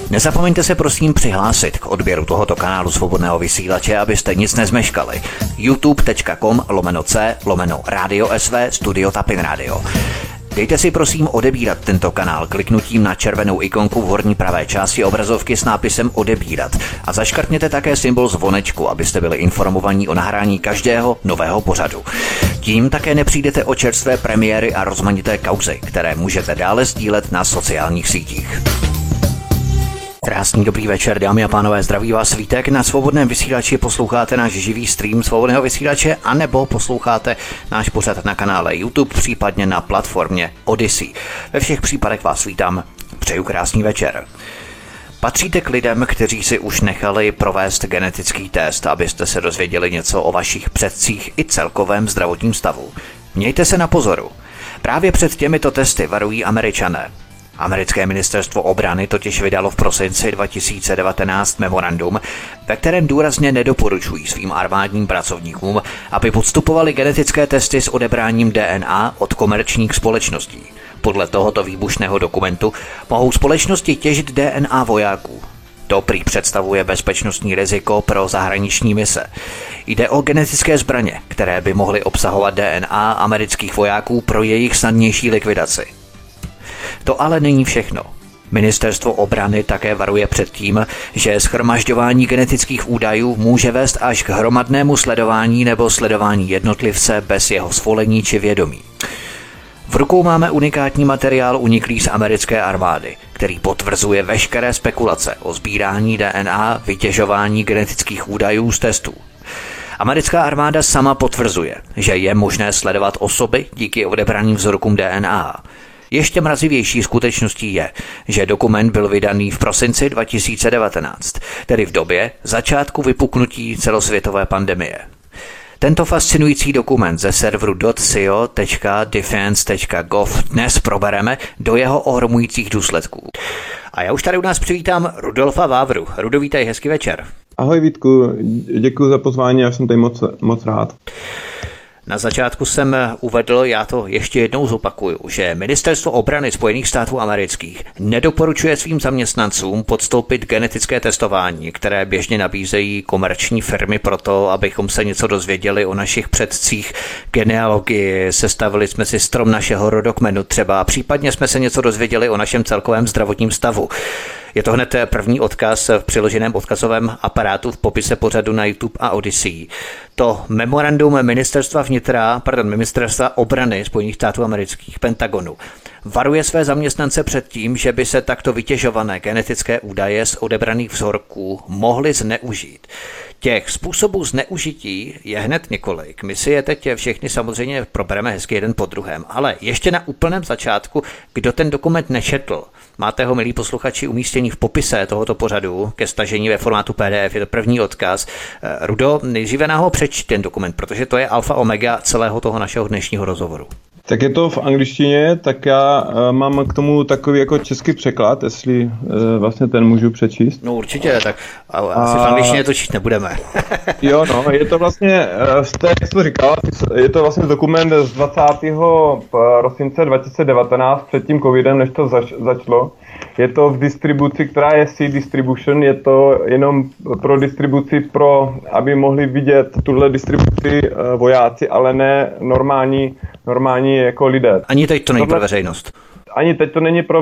Nezapomeňte se prosím přihlásit k odběru tohoto kanálu Svobodného vysílače, abyste nic nezmeškali. youtube.com/c/Radio SV Studio Tapin Radio. Dejte si prosím odebírat tento kanál kliknutím na červenou ikonku v horní pravé části obrazovky s nápisem odebírat a zaškrtněte také symbol zvonečku, abyste byli informovaní o nahrání každého nového pořadu. Tím také nepřijdete o čerstvé premiéry a rozmanité kauzy, které můžete dále sdílet na sociálních sítích. Krásný dobrý večer, dámy a pánové, zdraví vás Vítek. Na Svobodném vysílači posloucháte náš živý stream Svobodného vysílače anebo posloucháte náš pořad na kanále YouTube, případně na platformě Odyssey. Ve všech případech vás vítám, přeju krásný večer. Patříte k lidem, kteří si už nechali provést genetický test, abyste se dozvěděli něco o vašich předcích i celkovém zdravotním stavu. Mějte se na pozoru. Právě před těmito testy varují Američané. Americké ministerstvo obrany totiž vydalo v prosinci 2019 memorandum, ve kterém důrazně nedoporučují svým armádním pracovníkům, aby podstupovali genetické testy s odebráním DNA od komerčních společností. Podle tohoto výbušného dokumentu mohou společnosti těžit DNA vojáků. To prý představuje bezpečnostní riziko pro zahraniční mise. Jde o genetické zbraně, které by mohly obsahovat DNA amerických vojáků pro jejich snadnější likvidaci. To ale není všechno. Ministerstvo obrany také varuje před tím, že shromažďování genetických údajů může vést až k hromadnému sledování nebo sledování jednotlivce bez jeho svolení či vědomí. V rukou máme unikátní materiál uniklý z americké armády, který potvrzuje veškeré spekulace o sbírání DNA, vytěžování genetických údajů z testů. Americká armáda sama potvrzuje, že je možné sledovat osoby díky odebraným vzorkům DNA. Ještě mrazivější skutečností je, že dokument byl vydaný v prosinci 2019, tedy v době začátku vypuknutí celosvětové pandemie. Tento fascinující dokument ze serveru .cio.defense.gov dnes probereme do jeho ohromujících důsledků. A já už tady u nás přivítám Rudolfa Vávru. Rudo, vítej, hezký večer. Ahoj Vítku, děkuji za pozvání, já jsem tady moc rád. Na začátku jsem uvedl, já to ještě jednou zopakuju, že Ministerstvo obrany Spojených států amerických nedoporučuje svým zaměstnancům podstoupit genetické testování, které běžně nabízejí komerční firmy proto, abychom se něco dozvěděli o našich předcích, genealogii, sestavili jsme si strom našeho rodokmenu třeba, případně jsme se něco dozvěděli o našem celkovém zdravotním stavu. Je to hned první odkaz v přiloženém odkazovém aparátu v popise pořadu na YouTube a Odyssey. To memorandum Ministerstva obrany Spojených států amerických, Pentagonu, varuje své zaměstnance před tím, že by se takto vytěžované genetické údaje z odebraných vzorků mohly zneužít. Těch způsobů zneužití je hned několik. My si je teď všechny samozřejmě probereme hezky jeden po druhém, ale ještě na úplném začátku, kdo ten dokument nečetl, máte ho, milí posluchači, umístěný v popise tohoto pořadu ke stažení ve formátu PDF, je to první odkaz. Rudo, nejdříve nám ho přečti ten dokument, protože to je alfa omega celého toho našeho dnešního rozhovoru. Tak je to v angličtině, tak já mám k tomu takový jako český překlad, jestli vlastně ten můžu přečíst. No určitě, tak asi v angličtině to číst nebudeme. Jo, no, je to vlastně, jak jsi to říkal, je to vlastně dokument z 20. prosince 2019, před tím covidem, než to začalo. Je to v distribuci, která je C-Distribution, je to jenom pro distribuci, aby mohli vidět tuhle distribuci vojáci, ale ne normální jako lidé. Ani teď to není pro veřejnost. Ani teď to není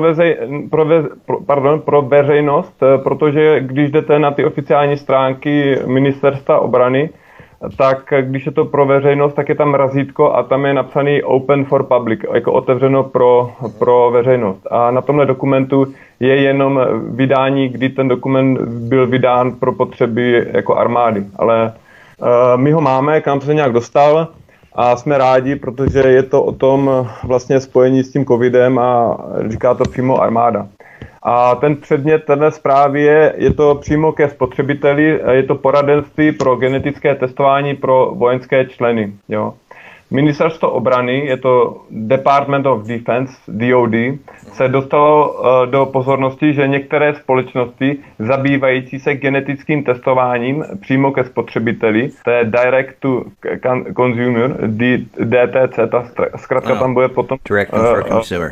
pro veřejnost, protože když jdete na ty oficiální stránky Ministerstva obrany, tak když je to pro veřejnost, tak je tam razítko a tam je napsaný Open for Public, jako otevřeno pro veřejnost. A na tomhle dokumentu je jenom vydání, kdy ten dokument byl vydán pro potřeby jako armády. Ale my ho máme, kam se nějak dostal a jsme rádi, protože je to o tom vlastně spojení s tím covidem a říká to přímo armáda. A ten předmět téhle zprávy je to přímo ke spotřebiteli, je to poradenství pro genetické testování pro vojenské členy. Jo. Ministerstvo obrany, je to Department of Defense, DOD, se dostalo do pozornosti, že některé společnosti zabývající se genetickým testováním přímo ke spotřebiteli, to je Direct to Consumer, DTC, ta zkrátka tam bude potom... Direct for Consumers.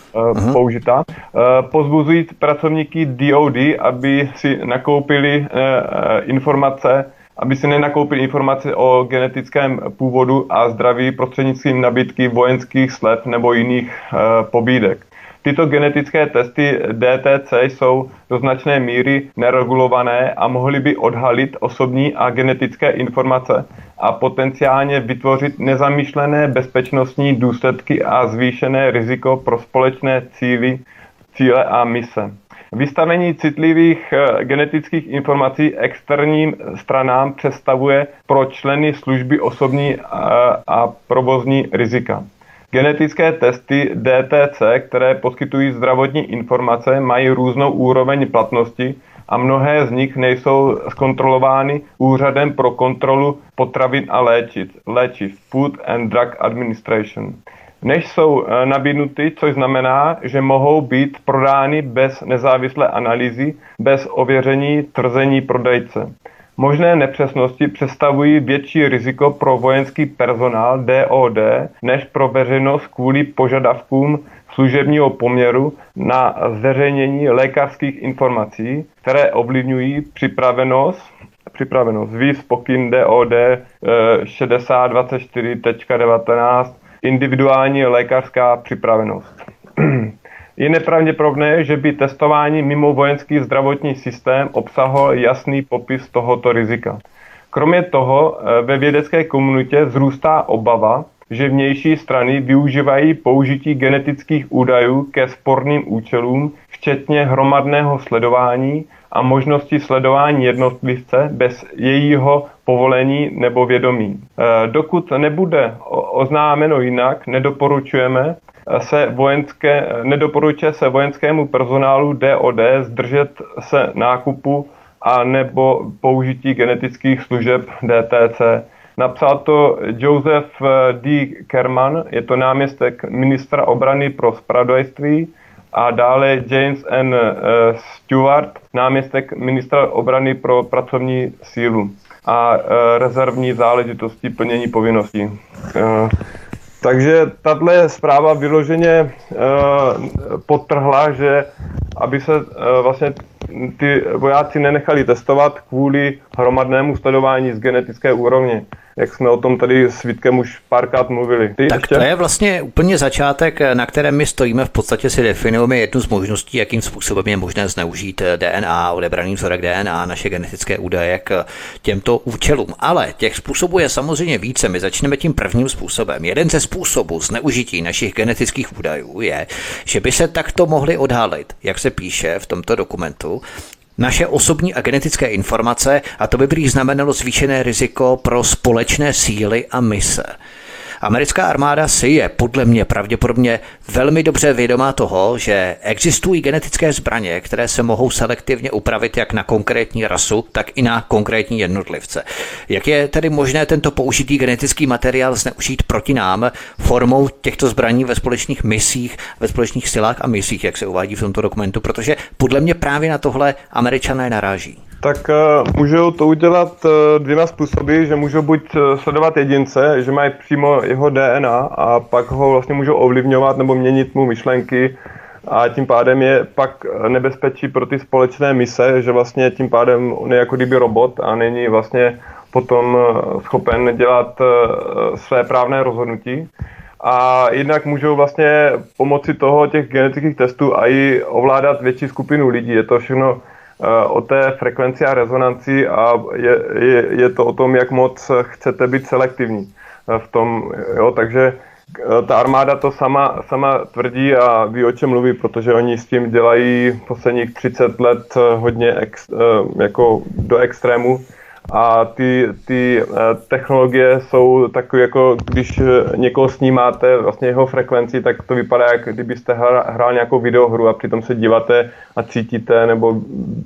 použita. Pozbuzují pracovníky DOD, aby si nakoupili informace, aby si nenakoupili informace o genetickém původu a zdraví prostřednictvím nabídky vojenských slev nebo jiných pobídek. Tyto genetické testy DTC jsou do značné míry neregulované a mohly by odhalit osobní a genetické informace a potenciálně vytvořit nezamýšlené bezpečnostní důsledky a zvýšené riziko pro společné cíle a mise. Vystavení citlivých genetických informací externím stranám představuje pro členy služby osobní a provozní rizika. Genetické testy DTC, které poskytují zdravotní informace, mají různou úroveň platnosti a mnohé z nich nejsou zkontrolovány Úřadem pro kontrolu potravin a léčiv Food and Drug Administration, než jsou nabídnuty, což znamená, že mohou být prodány bez nezávislé analýzy, bez ověření tvrzení prodejce. Možné nepřesnosti představují větší riziko pro vojenský personál DOD než pro veřejnost kvůli požadavkům služebního poměru na zveřejnění lékařských informací, které ovlivňují připravenost víc pokyn DOD 6024.19 individuální lékařská připravenost. Je nepravděpodobné, že by testování mimo vojenský zdravotní systém obsahoval jasný popis tohoto rizika. Kromě toho ve vědecké komunitě vzrůstá obava, že vnější strany využívají použití genetických údajů ke sporným účelům, včetně hromadného sledování a možnosti sledování jednotlivce bez jejího povolení nebo vědomí. Dokud nebude oznámeno jinak, nedoporučuje se vojenskému personálu DOD zdržet se nákupu a nebo použití genetických služeb DTC. Napsal to Joseph D. Kerman, je to náměstek ministra obrany pro zpravodajství, a dále James N. Stewart, náměstek ministra obrany pro pracovní sílu a rezervní záležitosti plnění povinností. Takže tato zpráva vyloženě podtrhla, že aby se vlastně ty vojáci nenechali testovat kvůli hromadnému sledování z genetické úrovně, jak jsme o tom tady s Vítkem už párkrát mluvili. Tak to je vlastně úplně začátek, na kterém my stojíme. V podstatě si definujeme jednu z možností, jakým způsobem je možné zneužít DNA, odebraný vzorek DNA, naše genetické údaje k těmto účelům. Ale těch způsobů je samozřejmě více. My začneme tím prvním způsobem. Jeden ze způsobů zneužití našich genetických údajů je, že by se takto mohli odhalit, jak se píše v tomto dokumentu, naše osobní a genetické informace, a to by prý znamenalo zvýšené riziko pro společné síly a mise. Americká armáda si je podle mě pravděpodobně velmi dobře vědomá toho, že existují genetické zbraně, které se mohou selektivně upravit jak na konkrétní rasu, tak i na konkrétní jednotlivce. Jak je tedy možné tento použitý genetický materiál zneužít proti nám formou těchto zbraní ve společných misích, ve společných silách a misích, jak se uvádí v tomto dokumentu, protože podle mě právě na tohle Američané naráží. Tak můžou to udělat dvěma způsoby, že můžou buď sledovat jedince, že mají přímo jeho DNA a pak ho vlastně můžou ovlivňovat nebo měnit mu myšlenky a tím pádem je pak nebezpečí pro ty společné mise, že vlastně tím pádem on je jako kdyby robot a není vlastně potom schopen dělat své právné rozhodnutí. A jednak můžou vlastně pomocí toho těch genetických testů a i ovládat větší skupinu lidí. Je to všechno o té frekvenci a rezonanci a je to o tom, jak moc chcete být selektivní v tom, jo, takže ta armáda to sama tvrdí a ví, o čem mluví, protože oni s tím dělají posledních 30 let hodně jako do extrému a ty technologie jsou takové, jako když někoho snímáte vlastně jeho frekvenci, tak to vypadá, jak kdybyste hrál nějakou videohru a přitom se díváte a cítíte nebo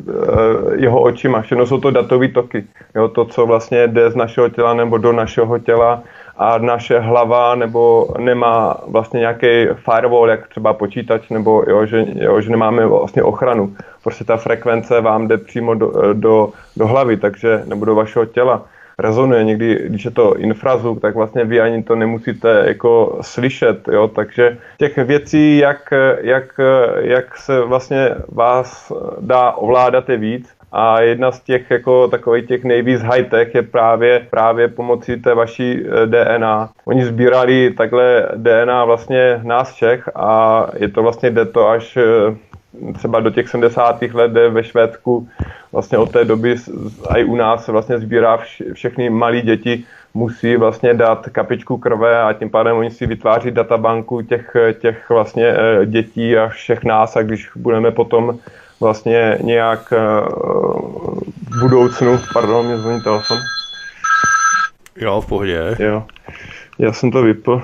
jeho očima. Všechno jsou to datové toky. Jo, to, co vlastně jde z našeho těla nebo do našeho těla a naše hlava nebo nemá vlastně nějaký firewall, jak třeba počítač, nebo že nemáme vlastně ochranu. Prostě ta frekvence vám jde přímo do hlavy, takže nebo do vašeho těla. rezonuje. Někdy, když je to infrazvuk, tak vlastně vy ani to nemusíte jako slyšet, jo? Takže těch věcí, jak se vlastně vás dá ovládat, je víc. A jedna z těch jako takových těch nejvíc high-tech je právě pomocí té vaší DNA. Oni sbírali takhle DNA vlastně nás Čech a je to vlastně, jde to až třeba do těch 70. let, kde ve Švédsku vlastně od té doby a i u nás se vlastně sbírá všechny malí děti musí vlastně dát kapičku krve a tím pádem oni si vytváří databanku těch vlastně dětí a všech nás a když budeme potom vlastně nějak v budoucnu, pardon, mě zvoní telefon. Jo, v pohodě. Jo, já jsem to vypl.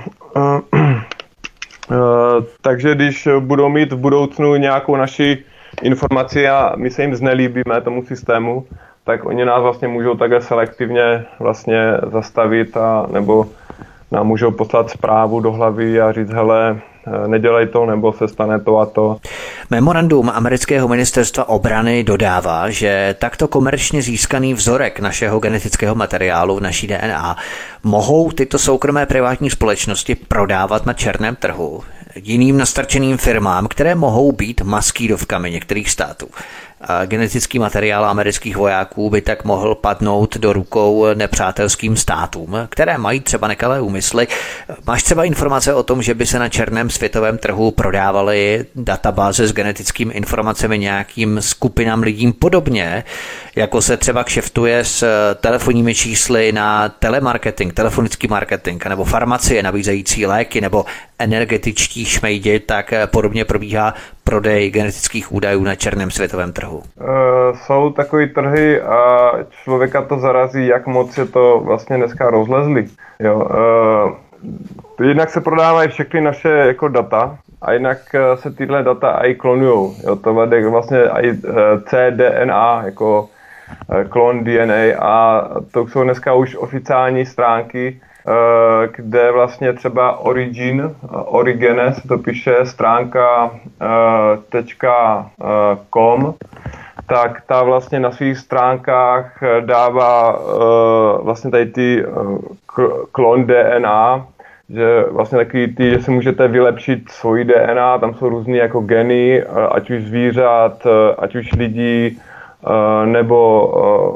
Takže když budou mít v budoucnu nějakou naši informaci a my se jim znelíbíme tomu systému, tak oni nás vlastně můžou takhle selektivně vlastně zastavit a nebo nám můžou poslat zprávu do hlavy a říct, hele, nedělej to, nebo se stane to a to. Memorandum amerického ministerstva obrany dodává, že takto komerčně získaný vzorek našeho genetického materiálu v naší DNA mohou tyto soukromé privátní společnosti prodávat na černém trhu jiným nastrčeným firmám, které mohou být maskírovkami některých států. A genetický materiál amerických vojáků by tak mohl padnout do rukou nepřátelským státům, které mají třeba nekalé úmysly. Máš třeba informace o tom, že by se na černém světovém trhu prodávaly databáze s genetickými informacemi nějakým skupinám lidí podobně, jako se třeba kšeftuje s telefonními čísly na telemarketing, telefonický marketing, nebo farmacie nabízející léky, nebo energetičtí šmejdi, tak podobně probíhá prodej genetických údajů na černém světovém trhu. Jsou takové trhy a člověka to zarazí, jak moc je to vlastně dneska rozlezlý. Jo, jednak se prodávají všechny naše jako data a jinak se tyhle data i klonujou. Jo, to vede vlastně i cDNA, jako klon DNA a to jsou dneska už oficiální stránky, kde vlastně třeba Origene se to píše stránka .com, tak ta vlastně na svých stránkách dává vlastně tady ty klon DNA, že vlastně takový ty, že si můžete vylepšit svoji DNA, tam jsou různý jako geny, ať už zvířat, ať už lidí, nebo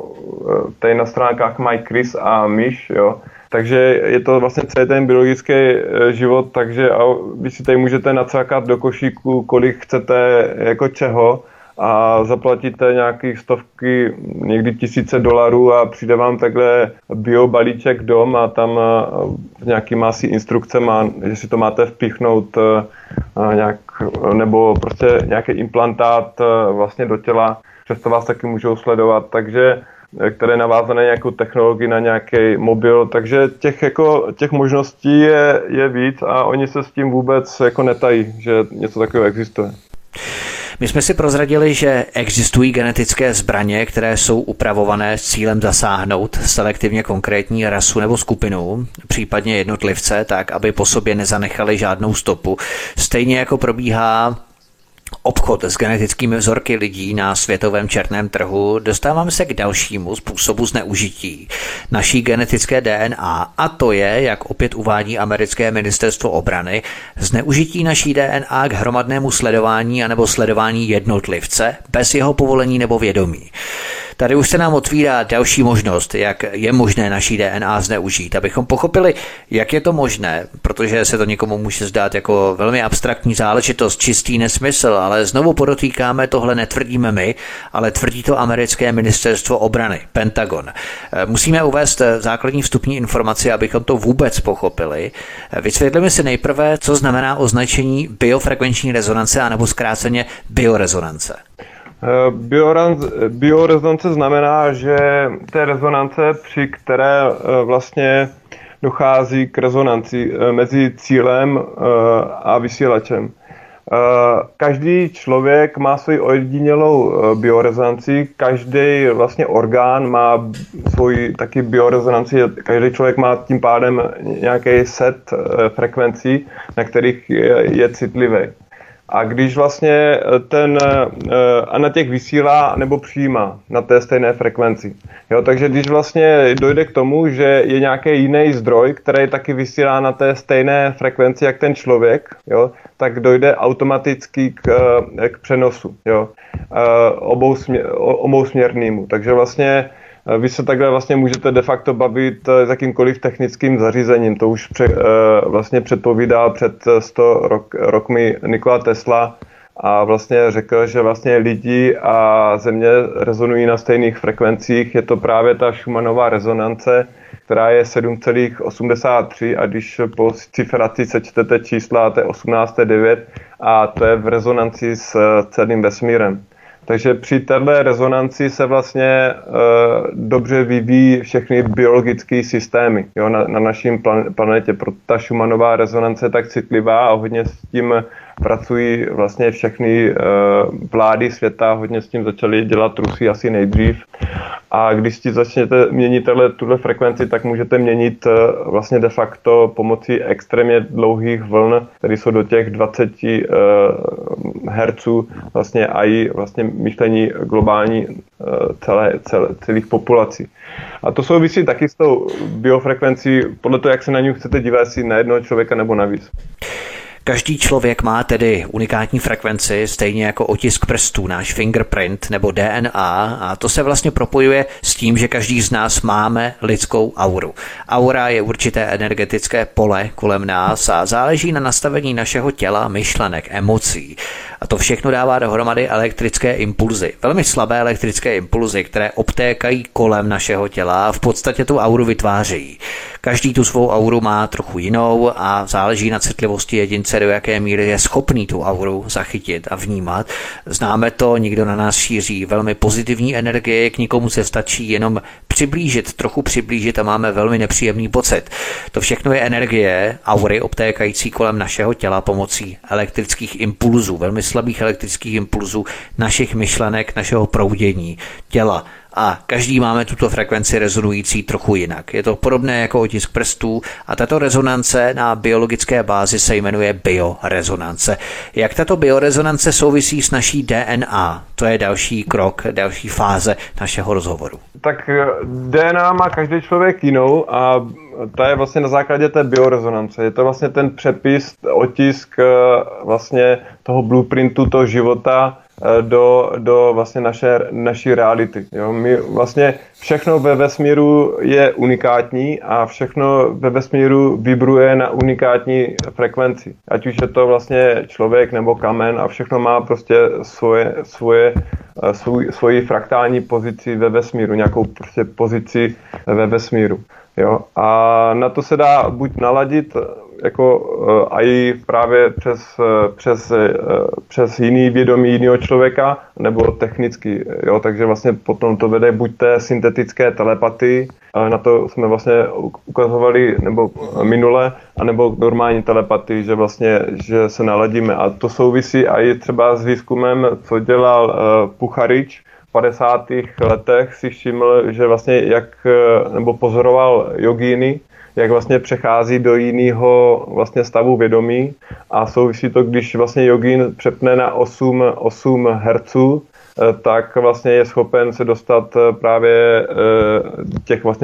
tady na stránkách mají Chris a myš, jo. Takže je to vlastně celý ten biologický život, takže vy si tady můžete nacákat do košíku, kolik chcete jako čeho a zaplatíte nějakých stovky, někdy $1000 a přijde vám takhle biobalíček dom a tam nějakýma asi instrukcema, že si to máte vpíchnout nějak, nebo prostě nějaký implantát vlastně do těla, přesto vás taky můžou sledovat, takže které je navázané nějakou technologii na nějaký mobil, takže těch možností je víc a oni se s tím vůbec jako netají, že něco takového existuje. My jsme si prozradili, že existují genetické zbraně, které jsou upravované s cílem zasáhnout selektivně konkrétní rasu nebo skupinu, případně jednotlivce, tak aby po sobě nezanechali žádnou stopu. Stejně jako probíhá obchod s genetickými vzorky lidí na světovém černém trhu, dostáváme se k dalšímu způsobu zneužití naší genetické DNA a to je, jak opět uvádí americké ministerstvo obrany, zneužití naší DNA k hromadnému sledování anebo sledování jednotlivce bez jeho povolení nebo vědomí. Tady už se nám otvírá další možnost, jak je možné naší DNA zneužít, abychom pochopili, jak je to možné, protože se to někomu může zdát jako velmi abstraktní záležitost, čistý nesmysl, ale znovu podotýkáme, tohle netvrdíme my, ale tvrdí to americké ministerstvo obrany, Pentagon. Musíme uvést základní vstupní informaci, abychom to vůbec pochopili. Vysvětlíme si nejprve, co znamená označení biofrekvenční rezonance anebo zkráceně biorezonance. Biorezonance znamená, že to je rezonance, při které vlastně dochází k rezonanci mezi cílem a vysílačem. Každý člověk má svoji ojedinělou biorezonanci, každý vlastně orgán má svoji taky biorezonanci, každý člověk má tím pádem nějaký set frekvencí, na kterých je citlivý. A když vlastně ten anatěk vysílá nebo přijímá na té stejné frekvenci. Jo, takže když vlastně dojde k tomu, že je nějaký jiný zdroj, který taky vysílá na té stejné frekvenci jak ten člověk, jo, tak dojde automaticky k přenosu, jo, obousměrnému. Takže vlastně vy se takhle vlastně můžete de facto bavit s jakýmkoliv technickým zařízením. To už vlastně předpovídal před 100 rokmi Nikola Tesla a vlastně řekl, že vlastně lidi a Země rezonují na stejných frekvencích. Je to právě ta Schumannova rezonance, která je 7,83 a když po cifraci sečtete čísla, to je 18,9 a to je v rezonanci s celým vesmírem. Takže při této rezonanci se vlastně dobře vyvíjí všechny biologické systémy, jo, na naším planetě. Proto ta Schumannová rezonance je tak citlivá a hodně s tím pracují vlastně všechny vlády světa, hodně s tím začaly dělat Rusy asi nejdřív. A když si začnete měnit tuhle frekvenci, tak můžete měnit vlastně de facto pomocí extrémně dlouhých vln, které jsou do těch 20 Hz vlastně AI vlastně myšlení globální celých populací. A to souvisí taky s tou biofrekvencí, podle toho, jak se na ní chcete dívat, si na jednoho člověka nebo na víc. Každý člověk má tedy unikátní frekvenci, stejně jako otisk prstů, náš fingerprint nebo DNA, a to se vlastně propojuje s tím, že každý z nás máme lidskou auru. Aura je určité energetické pole kolem nás a záleží na nastavení našeho těla, myšlenek, emocí. A to všechno dává dohromady elektrické impulzy. Velmi slabé elektrické impulzy, které obtékají kolem našeho těla a v podstatě tu auru vytvářejí. Každý tu svou auru má trochu jinou a záleží na citlivosti jedince, do jaké míry je schopný tu auru zachytit a vnímat. Známe to, nikdo na nás šíří velmi pozitivní energie, k nikomu se stačí jenom trochu přiblížit a máme velmi nepříjemný pocit. To všechno je energie, aury obtékající kolem našeho těla pomocí elektrických impulzů, velmi slabých elektrických impulzů, našich myšlenek, našeho proudění těla. A každý máme tuto frekvenci rezonující trochu jinak. Je to podobné jako otisk prstů a tato rezonance na biologické bázi se jmenuje biorezonance. Jak tato biorezonance souvisí s naší DNA? To je další krok, další fáze našeho rozhovoru. Tak DNA má každý člověk jinou a ta je vlastně na základě té biorezonance. Je to vlastně ten přepis, otisk vlastně toho blueprintu, toho života do vlastně naší reality. Jo? My vlastně všechno ve vesmíru je unikátní a všechno ve vesmíru vibruje na unikátní frekvenci. Ať už je to vlastně člověk nebo kamen a všechno má prostě svoji fraktální pozici ve vesmíru, nějakou prostě pozici ve vesmíru. Jo? A na to se dá buď naladit jako i právě přes jiný vědomí jiného člověka, nebo technicky. Jo? Takže vlastně potom to vede buď té syntetické telepatii, na to jsme vlastně ukazovali nebo minule, anebo normální telepatii, že se naladíme. A to souvisí i třeba s výzkumem, co dělal Pucharič. V 50. letech si všiml, že vlastně nebo pozoroval jogíny, jak vlastně přechází do jiného vlastně stavu vědomí a souvisí to, když vlastně jogín přepne na 8 Hz, tak vlastně je schopen se dostat právě těch vlastně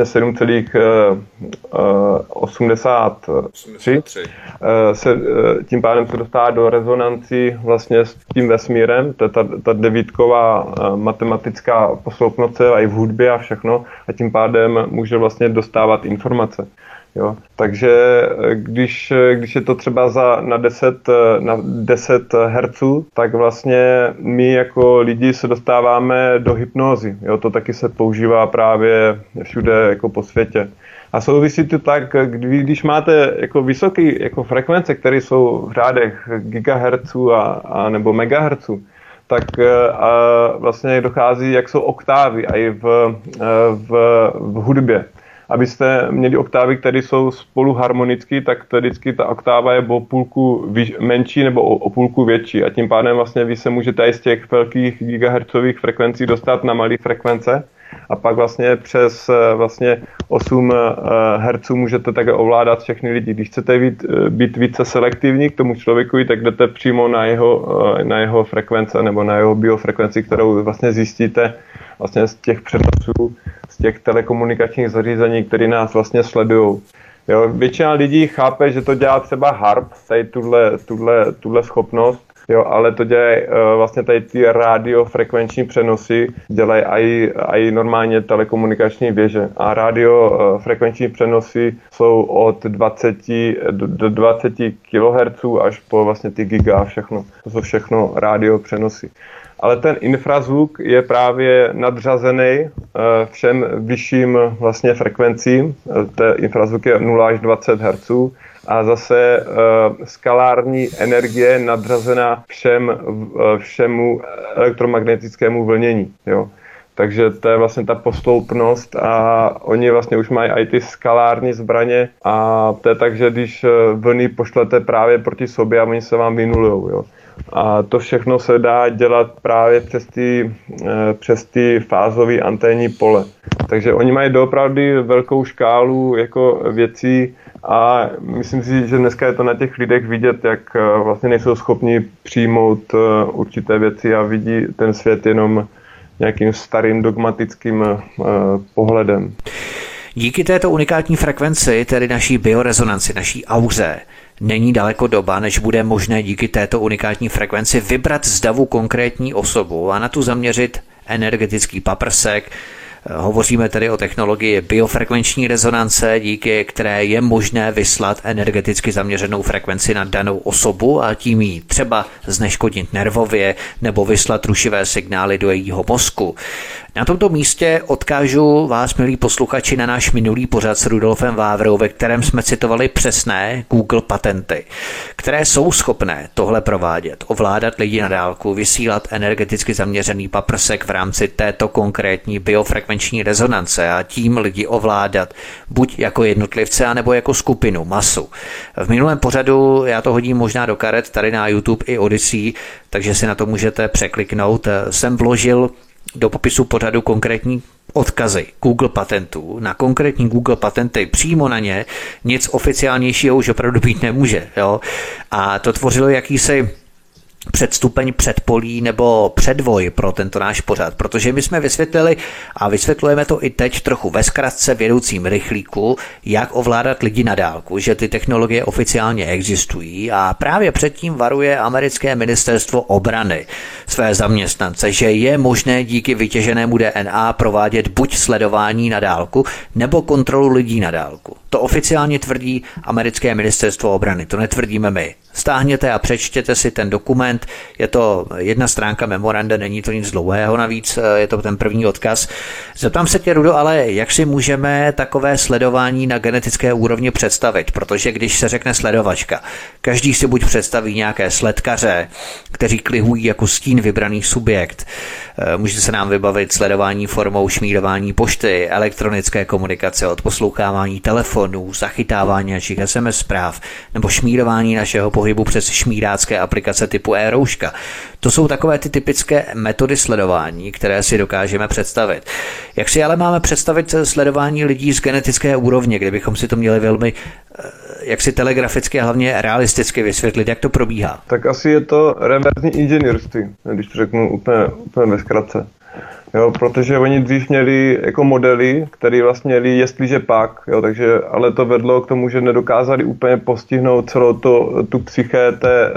7,83. Tím pádem se dostává do rezonanci vlastně s tím vesmírem, to je ta devítková matematická posloupnost i v hudbě a všechno, a tím pádem může vlastně dostávat informace. Jo. Takže když je to třeba na 10 Hz, tak vlastně my jako lidi se dostáváme do hypnózy. Jo. To taky se používá právě všude jako po světě. A souvisí to tak, když máte jako vysoké jako frekvence, které jsou v řádech gigahertzů a nebo megahertzů, tak vlastně dochází, jak jsou oktávy a i v hudbě. Abyste měli oktávy, které jsou spolu harmonické, tak to vždycky ta oktáva je o půlku menší nebo o půlku větší. A tím pádem vlastně vy se můžete i z těch velkých gigahertzových frekvencí dostat na malé frekvence. a pak vlastně přes vlastně 8 Hz můžete také ovládat všechny lidi. Když chcete být více selektivní k tomu člověku, tak jdete přímo na jeho frekvence nebo na jeho biofrekvenci, kterou vlastně zjistíte vlastně z těch přenosů, z těch telekomunikačních zařízení, které nás vlastně sledujou. Jo, většina lidí chápe, že to dělá třeba HARP, tady tuhle schopnost, jo, ale to dělají vlastně tady ty radiofrekvenční přenosy, dělají i normálně telekomunikační věže. A radiofrekvenční přenosy jsou od 20 do 20 kHz až po vlastně ty giga a všechno. To jsou všechno radiopřenosy. Ale ten infrazvuk je právě nadřazený všem vyšším vlastně frekvencím. Ten infrazvuk je 0 až 20 Hz a zase skalární energie nadřazená všemu elektromagnetickému vlnění. Jo. Takže to je vlastně ta posloupnost a oni vlastně už mají i ty skalární zbraně a to je tak, že když vlny pošlete právě proti sobě a oni se vám vynulujou. Jo. A to všechno se dá dělat právě přes ty fázové anténní pole. Takže oni mají doopravdy velkou škálu jako věcí a myslím si, že dneska je to na těch lidech vidět, jak vlastně nejsou schopni přijmout určité věci a vidí ten svět jenom nějakým starým dogmatickým pohledem. Díky této unikátní frekvenci, tedy naší biorezonanci, naší auře, není daleko doba, než bude možné díky této unikátní frekvenci vybrat z davu konkrétní osobu a na tu zaměřit energetický paprsek. Hovoříme tedy o technologii biofrekvenční rezonance, díky které je možné vyslat energeticky zaměřenou frekvenci na danou osobu a tím jí třeba zneškodnit nervově nebo vyslat rušivé signály do jejího mozku. Na tomto místě odkážu vás, milí posluchači, na náš minulý pořad s Rudolfem Vávrou, ve kterém jsme citovali přesné Google patenty, které jsou schopné tohle provádět, ovládat lidi na dálku, vysílat energeticky zaměřený paprsek v rámci této konkrétní biofrekvenční rezonance a tím lidi ovládat buď jako jednotlivce, anebo jako skupinu, masu. V minulém pořadu, já to hodím možná do karet tady na YouTube i Odyssey, takže si na to můžete překliknout, jsem vložil do popisu pořadu konkrétní odkazy Google patentů, na konkrétní Google patenty, přímo na ně, nic oficiálnějšího už opravdu být nemůže. Jo? A to tvořilo jakýsi předstupeň, předpolí nebo předvoj pro tento náš pořad, protože my jsme vysvětlili a vysvětlujeme to i teď trochu ve zkratce v jedoucím rychlíku, jak ovládat lidi na dálku, že ty technologie oficiálně existují a právě předtím varuje americké ministerstvo obrany své zaměstnance, že je možné díky vytěženému DNA provádět buď sledování na dálku nebo kontrolu lidí na dálku. To oficiálně tvrdí americké ministerstvo obrany, to netvrdíme my. Stáhněte a přečtěte si ten dokument, je to jedna stránka memoranda, není to nic dlouhého navíc, je to ten první odkaz. Zeptám se tě, Rudo, ale jak si můžeme takové sledování na genetické úrovni představit? Protože když se řekne sledovačka, každý si buď představí nějaké sledkaře, kteří klihují jako stín vybraný subjekt. Může se nám vybavit sledování formou šmírování pošty, elektronické komunikace, odposlouchávání telefonů, zachytávání našich SMS zpráv nebo šmírování našeho pohybu přes šmírácké aplikace typu e-rouška. To jsou takové ty typické metody sledování, které si dokážeme představit. Jak si ale máme představit sledování lidí z genetické úrovně, kde bychom si to měli velmi jak si telegraficky a hlavně realisticky vysvětlit, jak to probíhá? Tak asi je to reverzní inženýrství, když to řeknu úplně ve zkratce. Jo, protože oni dřív měli jako modely, které vlastně měli jestliže pak, jo, takže, ale to vedlo k tomu, že nedokázali úplně postihnout celou tu psyché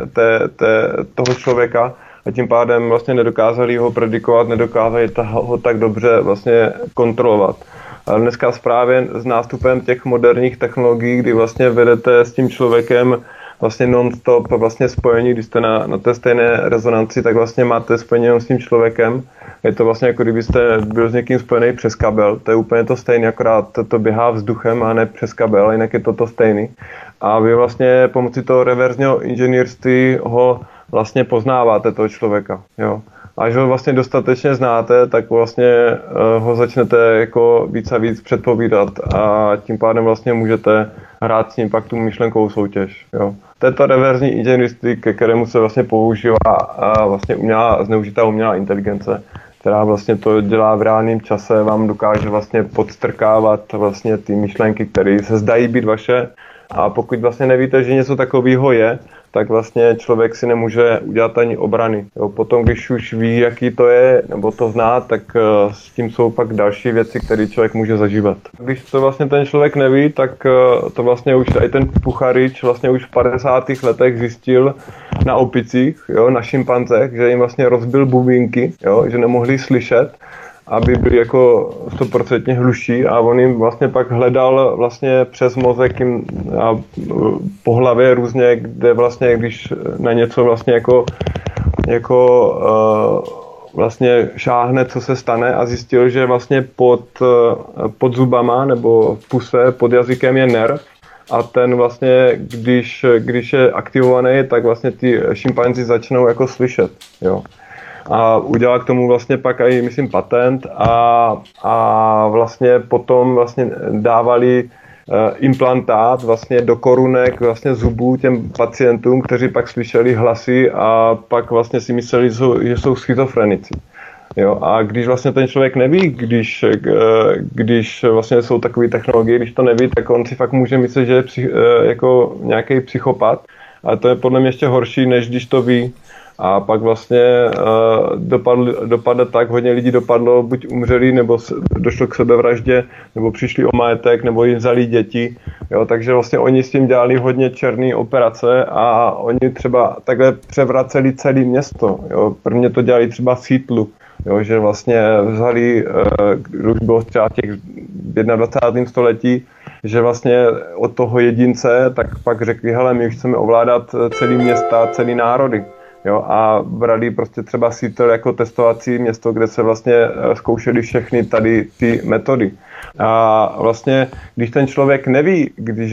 toho člověka a tím pádem vlastně nedokázali ho predikovat, nedokázali ho tak dobře vlastně kontrolovat. Ale dneska právě s nástupem těch moderních technologií, kdy vlastně vedete s tím člověkem vlastně non-stop vlastně spojení, když jste na té stejné rezonanci, tak vlastně máte spojení jenom s tím člověkem. Je to vlastně jako kdybyste byl s někým spojený přes kabel. To je úplně to stejné, akorát to běhá vzduchem a ne přes kabel, ale jinak je to stejný. A vy vlastně pomocí toho reverzního inženýrství ho vlastně poznáváte toho člověka. Jo. Až ho vlastně dostatečně znáte, tak vlastně ho začnete jako víc a víc předpovídat a tím pádem vlastně můžete hrát s ním pak tu myšlenkovou soutěž. Jo. To je to reverzní inženýrství, ke kterému se vlastně používá vlastně zneužitá umělá inteligence. která vlastně to dělá v reálném čase, vám dokáže vlastně podstrkávat vlastně ty myšlenky, které se zdají být vaše. A pokud vlastně nevíte, že něco takového je, tak vlastně člověk si nemůže udělat ani obrany. Jo, potom, když už ví, jaký to je, nebo to zná, tak s tím jsou pak další věci, které člověk může zažívat. Když to vlastně ten člověk neví, tak to vlastně už i ten Pucharič vlastně už v 50. letech zjistil na opicích, jo, na šimpanzech, že jim vlastně rozbil bubínky, jo, že nemohli slyšet, aby byli jako 100% hluší, a on jim vlastně pak hledal vlastně přes mozek jim a po hlavě různě, kde vlastně, když na něco vlastně vlastně šáhne, co se stane, a zjistil, že vlastně pod zubama nebo v puse pod jazykem je nerv, a ten vlastně, když je aktivovaný, tak vlastně ty šimpanzi začnou jako slyšet, jo. A udělal k tomu vlastně pak i, myslím, patent, a vlastně potom vlastně dávali implantát vlastně do korunek vlastně zubů těm pacientům, kteří pak slyšeli hlasy a pak vlastně si mysleli, že jsou schizofrenici. Jo, a když vlastně ten člověk neví, když vlastně jsou takové technologie, když to neví, tak on si fakt může myslet, že je jako nějaký psychopat, a to je podle mě ještě horší, než když to ví. A pak vlastně dopadlo tak, hodně lidí dopadlo, buď umřeli, nebo došlo k sebevraždě, nebo přišli o majetek, nebo jim vzali děti. Jo, takže vlastně oni s tím dělali hodně černé operace a oni třeba takhle převraceli celé město. Jo. Prvně to dělali třeba v Seattlu, jo, že vlastně vzali, už bylo třeba v těch 21. století, že vlastně od toho jedince, tak pak řekli, hele, my už chceme ovládat celý města, celý národy. Jo, a brali prostě třeba Seattle jako testovací město, kde se vlastně zkoušeli všechny tady ty metody. A vlastně, když ten člověk neví,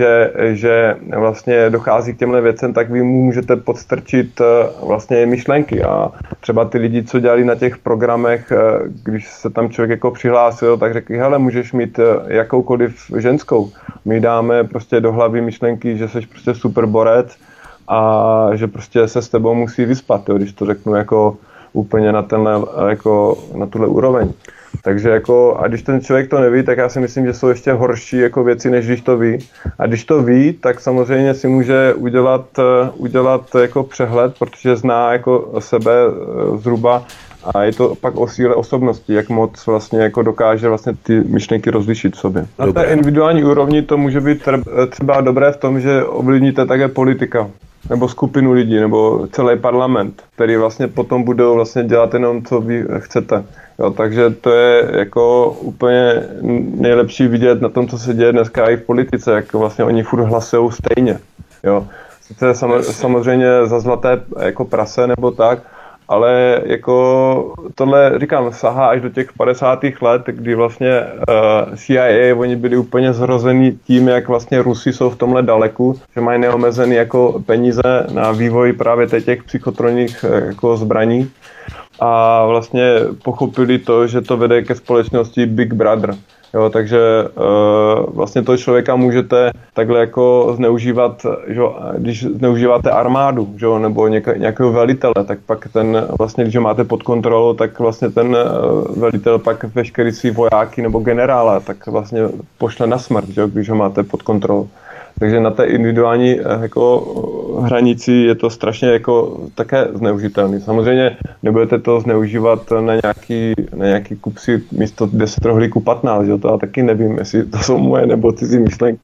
že vlastně dochází k těmhle věcem, tak vy mu můžete podstrčit vlastně myšlenky. A třeba ty lidi, co dělali na těch programech, když se tam člověk jako přihlásil, tak řekli, hele, můžeš mít jakoukoliv ženskou. My dáme prostě do hlavy myšlenky, že jsi prostě super borec, a že prostě se s tebou musí vyspat, jo, když to řeknu jako úplně na tuhle úroveň. Takže jako, a když ten člověk to neví, tak já si myslím, že jsou ještě horší jako věci, než když to ví. A když to ví, tak samozřejmě si může udělat jako přehled, protože zná jako sebe zhruba, a je to pak o síle osobnosti, jak moc vlastně jako dokáže vlastně ty myšlenky rozlišit v sobě. Na té individuální úrovni to může být třeba dobré v tom, že ovlivníte také politika, nebo skupinu lidí, nebo celý parlament, který vlastně potom budou vlastně dělat jenom, co vy chcete. Jo, takže to je jako úplně nejlepší vidět na tom, co se děje dneska i v politice, jak vlastně oni furt hlasují stejně. Jo. Sice samozřejmě za zlaté jako prase nebo tak, ale jako tohle, říkám, sahá až do těch 50. let, kdy vlastně CIA, oni byli úplně zhrození tím, jak vlastně Rusi jsou v tomhle daleku, že mají neomezený jako peníze na vývoj právě těch psychotronních jako zbraní, a vlastně pochopili to, že to vede ke společnosti Big Brother. Jo, takže vlastně toho člověka můžete takhle jako zneužívat, že, když zneužíváte armádu, že, nebo nějakého velitele, tak pak ten vlastně, když ho máte pod kontrolou, tak vlastně ten velitel pak veškerý svý vojáky nebo generála, tak vlastně pošle na smrt, že, když ho máte pod kontrolou. Takže na té individuální jako hranici je to strašně jako také zneužitelný. Samozřejmě nebudete to zneužívat na nějaký kupsy místo 10 rohlíků 15, jo? To já taky nevím, jestli to jsou moje nebo cizí myšlenky.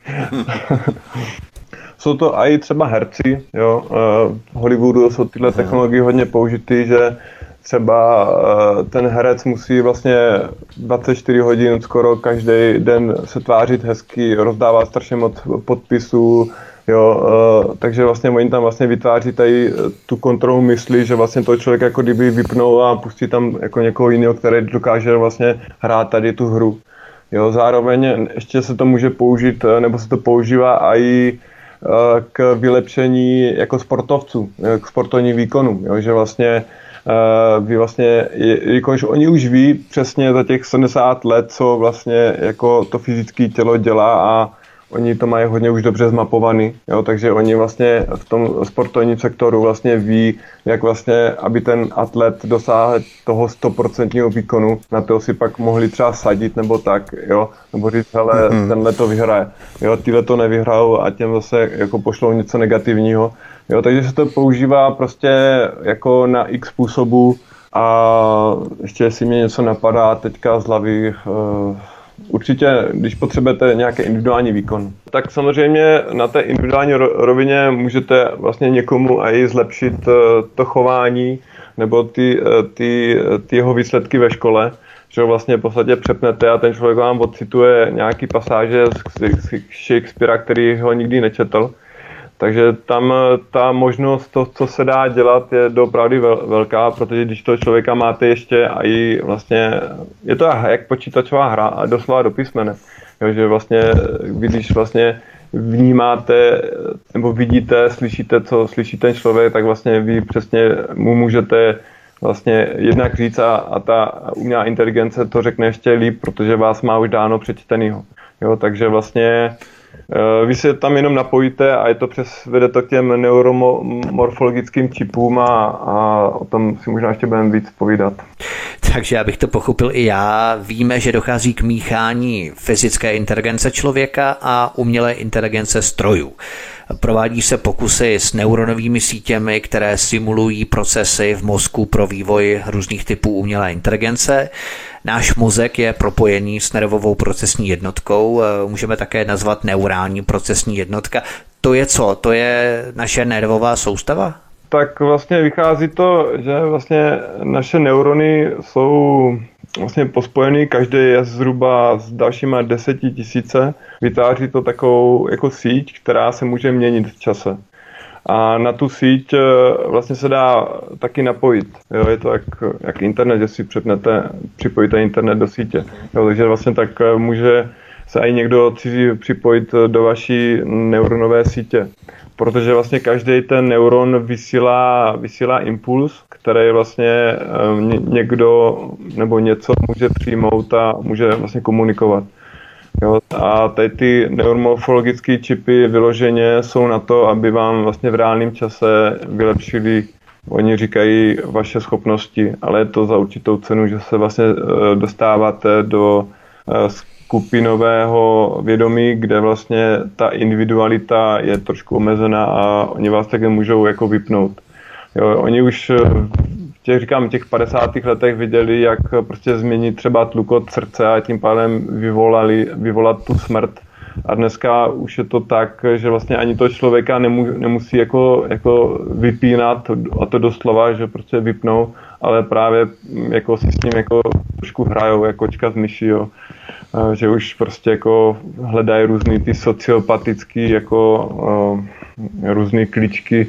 Jsou to i třeba herci, jo? V Hollywoodu jsou tyhle technologie hodně použity, že třeba ten herec musí vlastně 24 hodin skoro každý den se tvářit hezky, rozdává strašně moc podpisů, jo, takže vlastně oni tam vlastně vytváří tady tu kontrolu mysli, že vlastně toho člověka jako kdyby vypnou a pustí tam jako někoho jiného, který dokáže vlastně hrát tady tu hru. Jo, zároveň ještě se to může použít, nebo se to používá i k vylepšení jako sportovců, k sportovním výkonům, jo, že vlastně vy vlastně, jakož oni už ví přesně za těch 70 let, co vlastně jako to fyzické tělo dělá, a oni to mají hodně už dobře zmapovaný, jo, takže oni vlastně v tom sportovním sektoru vlastně ví, jak vlastně, aby ten atlet dosáhl toho 100% výkonu, na to si pak mohli třeba sadit nebo tak, jo, nebo říct, hele, tenhle to vyhraje, jo, tyhle to nevyhrajou a těm zase jako pošlou něco negativního, jo, takže se to používá prostě jako na x způsobů a ještě jestli mě něco napadá teďka z hlavy, určitě, když potřebujete nějaký individuální výkon, tak samozřejmě na té individuální rovině můžete vlastně někomu i zlepšit to chování nebo ty jeho výsledky ve škole, že ho vlastně v podstatě přepnete a ten člověk vám odcituje nějaký pasáže z Shakespearea, který ho nikdy nečetl. Takže tam ta možnost, to, co se dá dělat, je doopravdy velká, protože když toho člověka máte ještě a i vlastně, je to jak počítačová hra a doslova do písmene. Jo, že vlastně, když vlastně vnímáte nebo vidíte, slyšíte, co slyší ten člověk, tak vlastně vy přesně mu můžete vlastně jednak říct a ta umělá inteligence to řekne ještě líp, protože vás má už dáno přečtenýho. Jo, takže vlastně vy se tam jenom napojíte a vede to k těm neuromorfologickým čipům a o tom si možná ještě budeme víc povídat. Takže abych to pochopil i já, víme, že dochází k míchání fyzické inteligence člověka a umělé inteligence strojů. Provádí se pokusy s neuronovými sítěmi, které simulují procesy v mozku pro vývoj různých typů umělé inteligence. Náš mozek je propojený s nervovou procesní jednotkou, můžeme také nazvat neurální procesní jednotka. To je co? To je naše nervová soustava? Tak vlastně vychází to, že vlastně naše neurony jsou vlastně pospojený, každý je zhruba s dalšíma 10 000. Vytváří to takovou jako síť, která se může měnit v čase. A na tu síť vlastně se dá taky napojit. Jo, je to jak internet, že si připojíte internet do sítě. Jo, takže vlastně tak může se i někdo cizí připojit do vaší neuronové sítě. Protože vlastně každý ten neuron vysílá impuls, který vlastně někdo nebo něco může přijmout a může vlastně komunikovat. Jo? A tady ty neuromorfologické čipy vyloženě jsou na to, aby vám vlastně v reálném čase vylepšili, oni říkají, vaše schopnosti, ale je to za určitou cenu, že se vlastně dostáváte do skupinového vědomí, kde vlastně ta individualita je trošku omezená a oni vás také můžou jako vypnout. Jo, oni už v těch 50. letech viděli, jak prostě změnit třeba tlukot srdce a tím pádem vyvolat tu smrt. A dneska už je to tak, že vlastně ani toho člověka nemusí jako vypínat, a to doslova, že prostě vypnou, ale právě jako si s ním jako trošku hrajou, jako kočka s myší, jo. Že už prostě jako hledají různý ty sociopatický jako různý klíčky.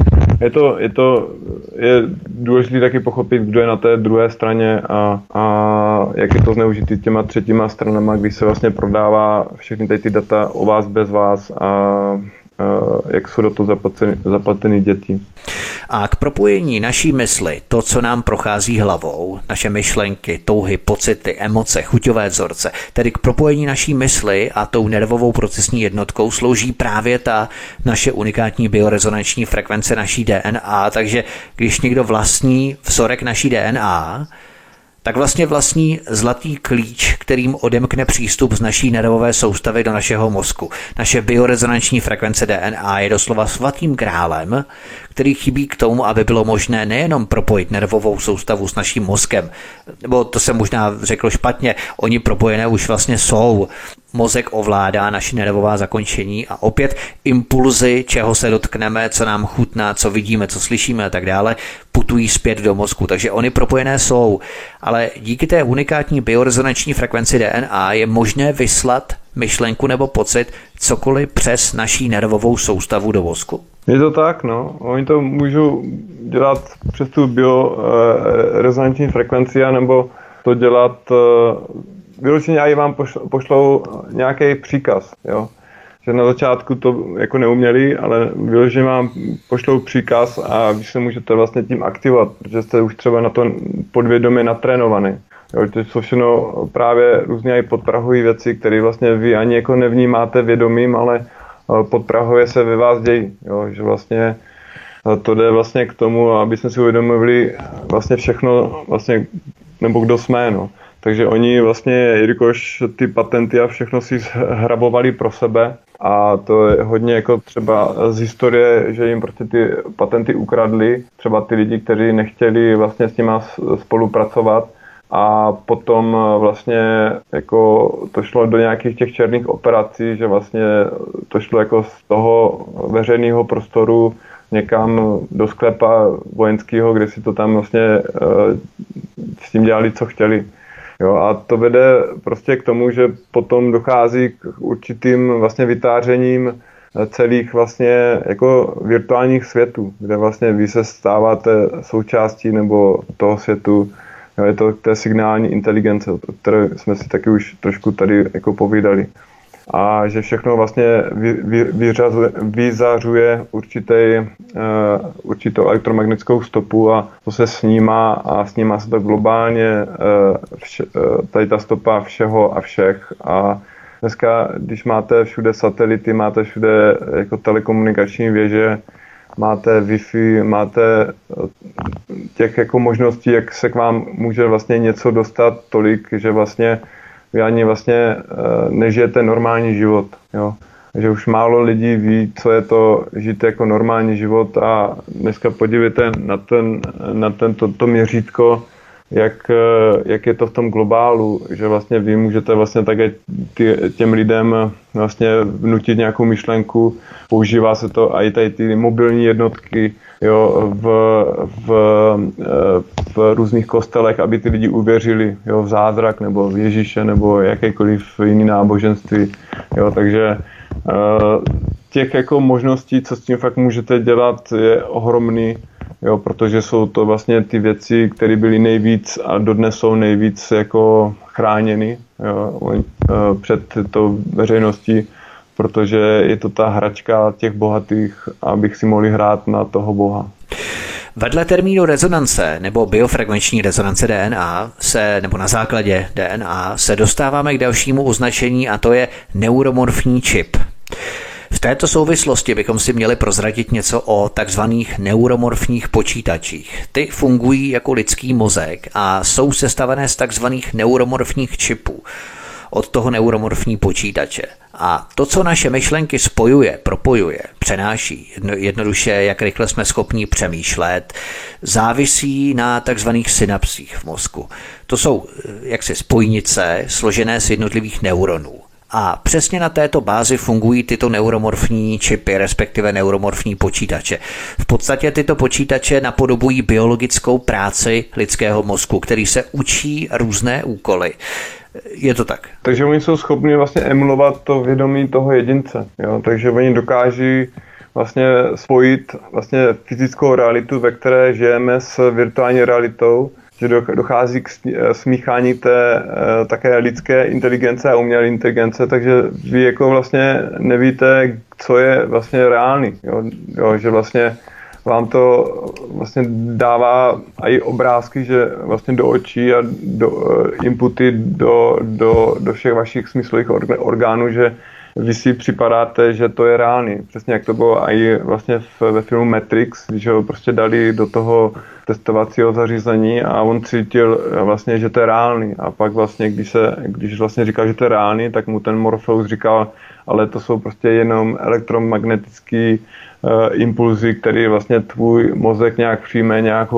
Je důležité taky pochopit, kdo je na té druhé straně a jak je to zneužitý těma třetíma stranama, když se vlastně prodává všechny ty data o vás bez vás a jak jsou do toho zaplacený děti. A k propojení naší mysli, to, co nám prochází hlavou, naše myšlenky, touhy, pocity, emoce, chuťové vzorce, tedy k propojení naší mysli a tou nervovou procesní jednotkou slouží právě ta naše unikátní biorezonanční frekvence naší DNA, takže když někdo vlastní vzorek naší DNA, tak vlastně vlastní zlatý klíč, kterým odemkne přístup z naší nervové soustavy do našeho mozku. Naše biorezonanční frekvence DNA je doslova svatým grálem, který chybí k tomu, aby bylo možné nejenom propojit nervovou soustavu s naším mozkem, nebo to jsem možná řekl špatně, oni propojené už vlastně jsou. Mozek ovládá naše nervová zakončení a opět impulzy, čeho se dotkneme, co nám chutná, co vidíme, co slyšíme a tak dále, putují zpět do mozku. Takže oni propojené jsou, ale díky té unikátní biorezonanční frekvenci DNA je možné vyslat myšlenku nebo pocit cokoliv přes naší nervovou soustavu do mozku. Je to tak, no. Oni to můžou dělat přes tu biorezonanční frekvenci, nebo to dělat vyloženě i vám pošlou nějaký příkaz, jo. Že na začátku to jako neuměli, ale vyloženě vám pošlou příkaz a vy se můžete vlastně tím aktivovat, protože jste už třeba na to podvědomě natrénovaný. Jo, to jsou všechno právě různé i podprahové věci, které vlastně vy ani jako nevnímáte vědomím, ale podprahově se ve vás dějí, jo, že vlastně to jde vlastně k tomu, aby jsme si uvědomili vlastně všechno, vlastně, nebo kdo jsme, no. Takže oni vlastně, jelikož ty patenty a všechno si hrabovali pro sebe, a to je hodně jako třeba z historie, že jim prostě ty patenty ukradli, třeba ty lidi, kteří nechtěli vlastně s nima spolupracovat, a potom vlastně jako to šlo do nějakých těch černých operací, že vlastně to šlo jako z toho veřejného prostoru někam do sklepa vojenského, kde si to tam vlastně s tím dělali, co chtěli. Jo, a to vede prostě k tomu, že potom dochází k určitým vlastně vytvářením celých vlastně jako virtuálních světů, kde vlastně vy se stáváte součástí nebo toho světu. Jo, je to té signální inteligence, o které jsme si taky už trošku tady jako povídali. A že všechno vlastně vyzařuje určitou elektromagnetickou stopu a to se snímá a snímá se to globálně, tady ta stopa všeho a všech. A dneska, když máte všude satelity, máte všude jako telekomunikační věže, máte Wi-Fi, máte těch jako možností, jak se k vám může vlastně něco dostat tolik, že vlastně vy ani vlastně nežijete normální život. Jo. Že už málo lidí ví, co je to žít jako normální život, a dneska podívejte na to měřítko, jak je to v tom globálu, že vlastně vy můžete vlastně také těm lidem vlastně vnutit nějakou myšlenku, používá se to i tady ty mobilní jednotky, jo, v různých kostelech, aby ty lidi uvěřili, jo, v zázrak nebo v Ježíše nebo jakékoliv jiný náboženství. Jo, takže těch jako možností, co s tím fakt můžete dělat, je ohromný. Jo, protože jsou to vlastně ty věci, které byly nejvíc a dodnes jsou nejvíc jako chráněny, jo, před tou veřejností, protože je to ta hračka těch bohatých, abych si mohli hrát na toho boha. Vedle termínu rezonance nebo biofrekvenční rezonance DNA nebo na základě DNA se dostáváme k dalšímu označení, a to je neuromorfní čip. V této souvislosti bychom si měli prozradit něco o takzvaných neuromorfních počítačích. Ty fungují jako lidský mozek a jsou sestavené z takzvaných neuromorfních čipů. Od toho neuromorfní počítače. A to, co naše myšlenky spojuje, propojuje, přenáší, jednoduše, jak rychle jsme schopni přemýšlet, závisí na takzvaných synapsích v mozku. To jsou jaksi spojnice složené z jednotlivých neuronů. A přesně na této bázi fungují tyto neuromorfní čipy, respektive neuromorfní počítače. V podstatě tyto počítače napodobují biologickou práci lidského mozku, který se učí různé úkoly. Je to tak? Takže oni jsou schopni vlastně emulovat to vědomí toho jedince. Jo? Takže oni dokáží vlastně spojit vlastně fyzickou realitu, ve které žijeme, s virtuální realitou, že dochází k smíchání té také lidské inteligence a umělé inteligence, takže vy jako vlastně nevíte, co je vlastně reálný. Jo, že vlastně vám to vlastně dává i obrázky, že vlastně do očí a do inputy do všech vašich smyslových orgánů, že vy si připadáte, že to je reálný. Přesně jak to bylo i vlastně ve filmu Matrix, když ho prostě dali do toho testovacího zařízení a on cítil vlastně, že to je reálný. A pak vlastně, když vlastně říkal, že to je reálný, tak mu ten Morpheus říkal, ale to jsou prostě jenom elektromagnetický impulzy, který vlastně tvůj mozek nějak přijme,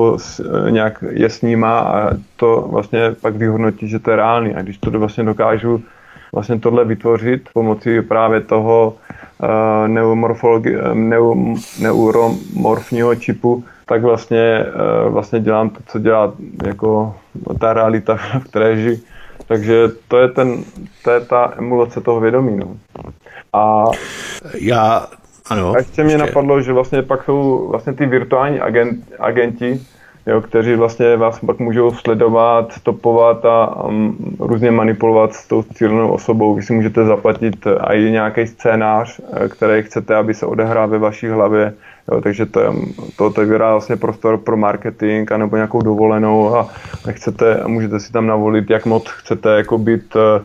nějak je snímá a to vlastně pak vyhodnotí, že to je reálný. A když to vlastně dokážu vlastně tohle vytvořit pomocí právě toho neuromorfního čipu, tak vlastně dělám to, co dělá jako ta realita, v které žiji. Takže to je ta emulace toho vědomí. No. A ještě mě napadlo, že vlastně pak jsou vlastně ty virtuální agenti, jo, kteří vlastně vás pak můžou sledovat, stopovat a různě manipulovat s tou cílenou osobou. Vy si můžete zaplatit i nějaký scénář, který chcete, aby se odehrál ve vaší hlavě. Jo, takže to otevírá vlastně prostor pro marketing anebo nějakou dovolenou a můžete si tam navolit, jak moc chcete jako být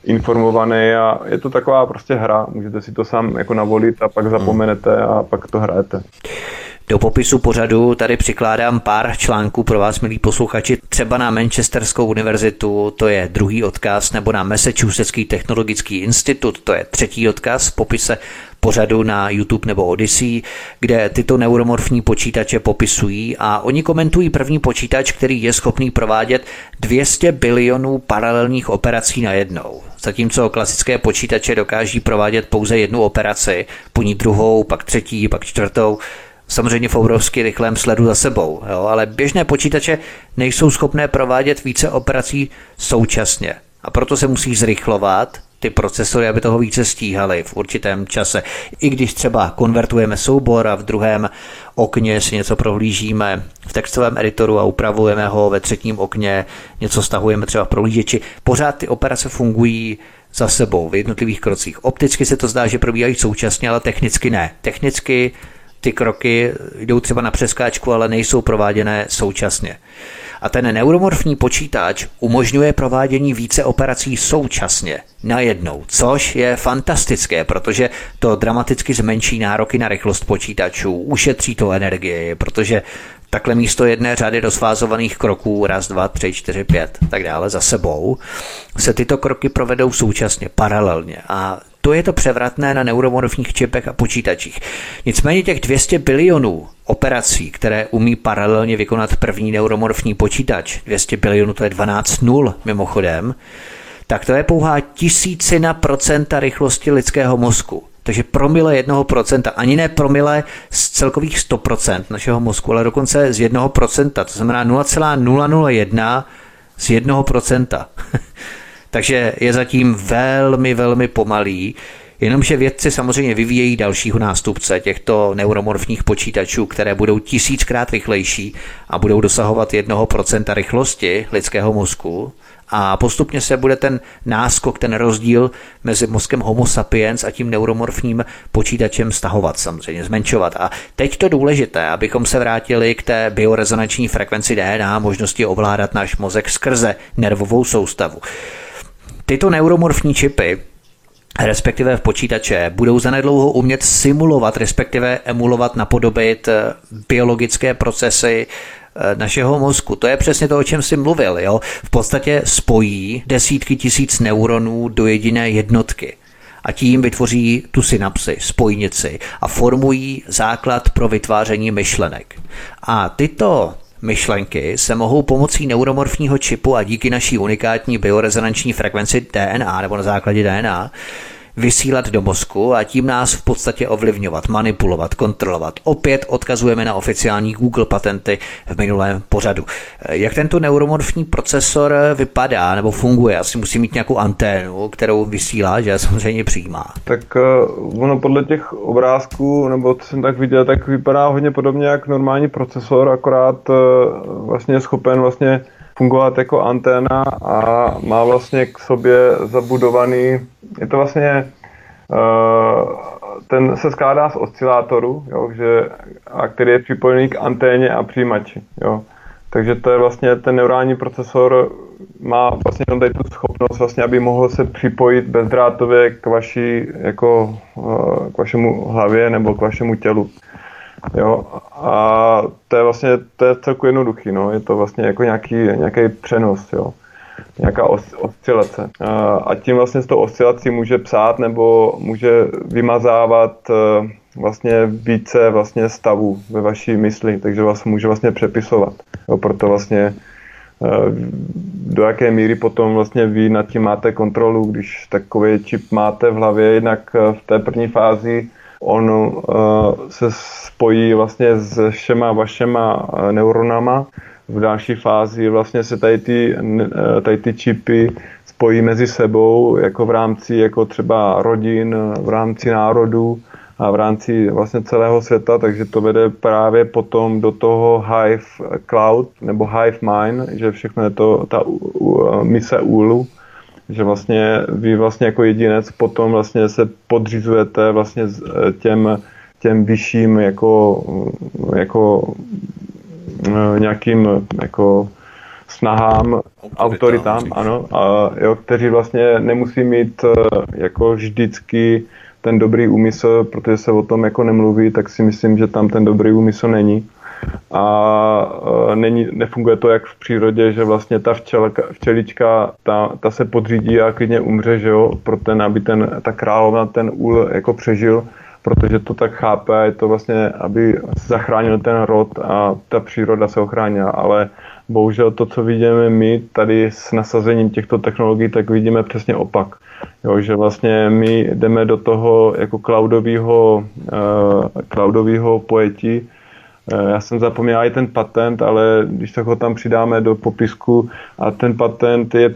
informovaný a je to taková prostě hra. Můžete si to sám jako navolit a pak zapomenete a pak to hrajete. Do popisu pořadu tady přikládám pár článků pro vás, milí posluchači, třeba na Manchesterskou univerzitu, to je druhý odkaz, nebo na Massachusettský technologický institut, to je třetí odkaz v popise pořadu na YouTube nebo Odyssey, kde tyto neuromorfní počítače popisují a oni komentují první počítač, který je schopný provádět 200 bilionů paralelních operací najednou. Zatímco klasické počítače dokáží provádět pouze jednu operaci, po ní druhou, pak třetí, pak čtvrtou, samozřejmě v obrovsky rychlém sledu za sebou, jo? Ale běžné počítače nejsou schopné provádět více operací současně a proto se musí zrychlovat ty procesory, aby toho více stíhaly v určitém čase. I když třeba konvertujeme soubor a v druhém okně si něco prohlížíme v textovém editoru a upravujeme ho ve třetím okně, něco stahujeme třeba v prohlížeči, pořád ty operace fungují za sebou v jednotlivých krocích. Opticky se to zdá, že probíhají současně, ale technicky ne. Technicky ty kroky jdou třeba na přeskáčku, ale nejsou prováděné současně. A ten neuromorfní počítač umožňuje provádění více operací současně, najednou, což je fantastické, protože to dramaticky zmenší nároky na rychlost počítačů, ušetří to energii, protože takhle místo jedné řady rozfázovaných kroků, 1, 2, 3, 4, 5, tak dále za sebou, se tyto kroky provedou současně, paralelně a to je to převratné na neuromorfních čipech a počítačích. Nicméně těch 200 bilionů operací, které umí paralelně vykonat první neuromorfní počítač, 200 bilionů to je 12 nul mimochodem, tak to je pouhá 1000% rychlosti lidského mozku. Takže promile 1%, ani ne promile z celkových 100% našeho mozku, ale dokonce z 1%, to znamená 0,001 z 1%. Takže je zatím velmi, velmi pomalý, jenomže vědci samozřejmě vyvíjejí dalšího nástupce těchto neuromorfních počítačů, které budou 1000krát rychlejší a budou dosahovat 1% rychlosti lidského mozku a postupně se bude ten náskok, ten rozdíl mezi mozkem Homo sapiens a tím neuromorfním počítačem stahovat, samozřejmě zmenšovat. A teď to důležité, abychom se vrátili k té biorezonanční frekvenci DNA, možnosti ovládat náš mozek skrze nervovou soustavu. Tyto neuromorfní čipy, respektive v počítače, budou zanedlouho umět simulovat, respektive emulovat, napodobit biologické procesy našeho mozku. To je přesně to, o čem jsi mluvil. Jo? V podstatě spojí desítky tisíc neuronů do jediné jednotky a tím vytvoří tu synapsi, spojnici a formují základ pro vytváření myšlenek. A tyto myšlenky se mohou pomocí neuromorfního čipu a díky naší unikátní biorezonanční frekvenci DNA nebo na základě DNA vysílat do mozku a tím nás v podstatě ovlivňovat, manipulovat, kontrolovat. Opět odkazujeme na oficiální Google patenty v minulém pořadu. Jak tento neuromorfní procesor vypadá nebo funguje? Asi musí mít nějakou anténu, kterou vysílá, že samozřejmě přijímá. Tak ono podle těch obrázků, nebo co jsem tak viděl, tak vypadá hodně podobně jak normální procesor, akorát vlastně je schopen vlastně fungovat jako anténa a má vlastně k sobě zabudovaný, je to vlastně, ten se skládá z oscilátoru, jo, a který je připojený k anténě a přijímači. Jo. Takže to je vlastně ten neurální procesor má vlastně tady tu schopnost, vlastně, aby mohl se připojit bezdrátově k vašemu hlavě nebo k vašemu tělu. Jo, a to je vlastně celku jednoduchý, no. Je to vlastně jako nějaký přenos, jo. Nějaká oscilace. A tím vlastně s tou oscilací může psát nebo může vymazávat vlastně více vlastně stavů ve vaší mysli, takže vás může vlastně přepisovat. Jo, proto vlastně do jaké míry potom vlastně vy nad tím máte kontrolu, když takový čip máte v hlavě, jednak v té první fázi on se spojí vlastně s všema vašema neuronama. V další fázi vlastně se tady ty čipy spojí mezi sebou jako v rámci jako třeba rodin, v rámci národů a v rámci vlastně celého světa, takže to vede právě potom do toho Hive Cloud nebo Hive Mind, že všechno je to ta mise úlu, že vlastně vy vlastně jako jedinec potom vlastně se podřizujete vlastně těm vyšším jako nějakým jako snahám, autoritám, ano, kteří vlastně nemusí mít jako vždycky ten dobrý úmysl, protože se o tom jako nemluví, tak si myslím, že tam ten dobrý úmysl není. A nefunguje to jak v přírodě, že vlastně ta včelička, ta se podřídí a klidně umře, že jo, aby ta královna ten úl jako přežil, protože to tak chápe, je to vlastně, aby zachránil ten rod a ta příroda se ochránila, ale bohužel to, co vidíme my tady s nasazením těchto technologií, tak vidíme přesně opak. Jo, že vlastně my jdeme do toho jako cloudového pojetí. Já jsem zapomněl i ten patent, ale když tak ho tam přidáme do popisku a ten patent je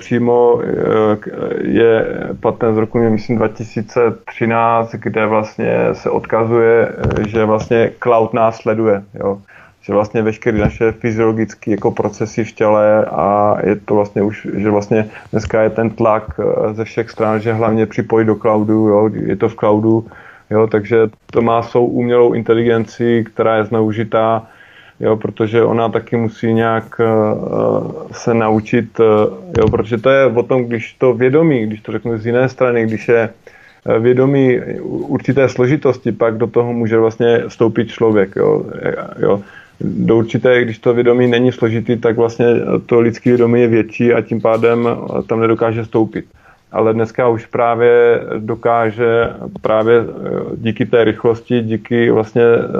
patent z roku, myslím, 2013, kde vlastně se odkazuje, že vlastně cloud nás sleduje, jo. Že vlastně veškeré naše fyziologické jako procesy v těle a je to vlastně už, že vlastně dneska je ten tlak ze všech stran, že hlavně připojit do cloudu, jo, je to v cloudu, jo, takže to má svou umělou inteligenci, která je zneužitá, jo, protože ona taky musí nějak se naučit, jo, protože to je o tom, když to vědomí, když to řeknu z jiné strany, když je vědomí určité složitosti, pak do toho může vlastně vstoupit člověk, jo. Do určité, když to vědomí není složitý, tak vlastně to lidské vědomí je větší a tím pádem tam nedokáže vstoupit. Ale dneska už právě dokáže právě díky té rychlosti, díky vlastně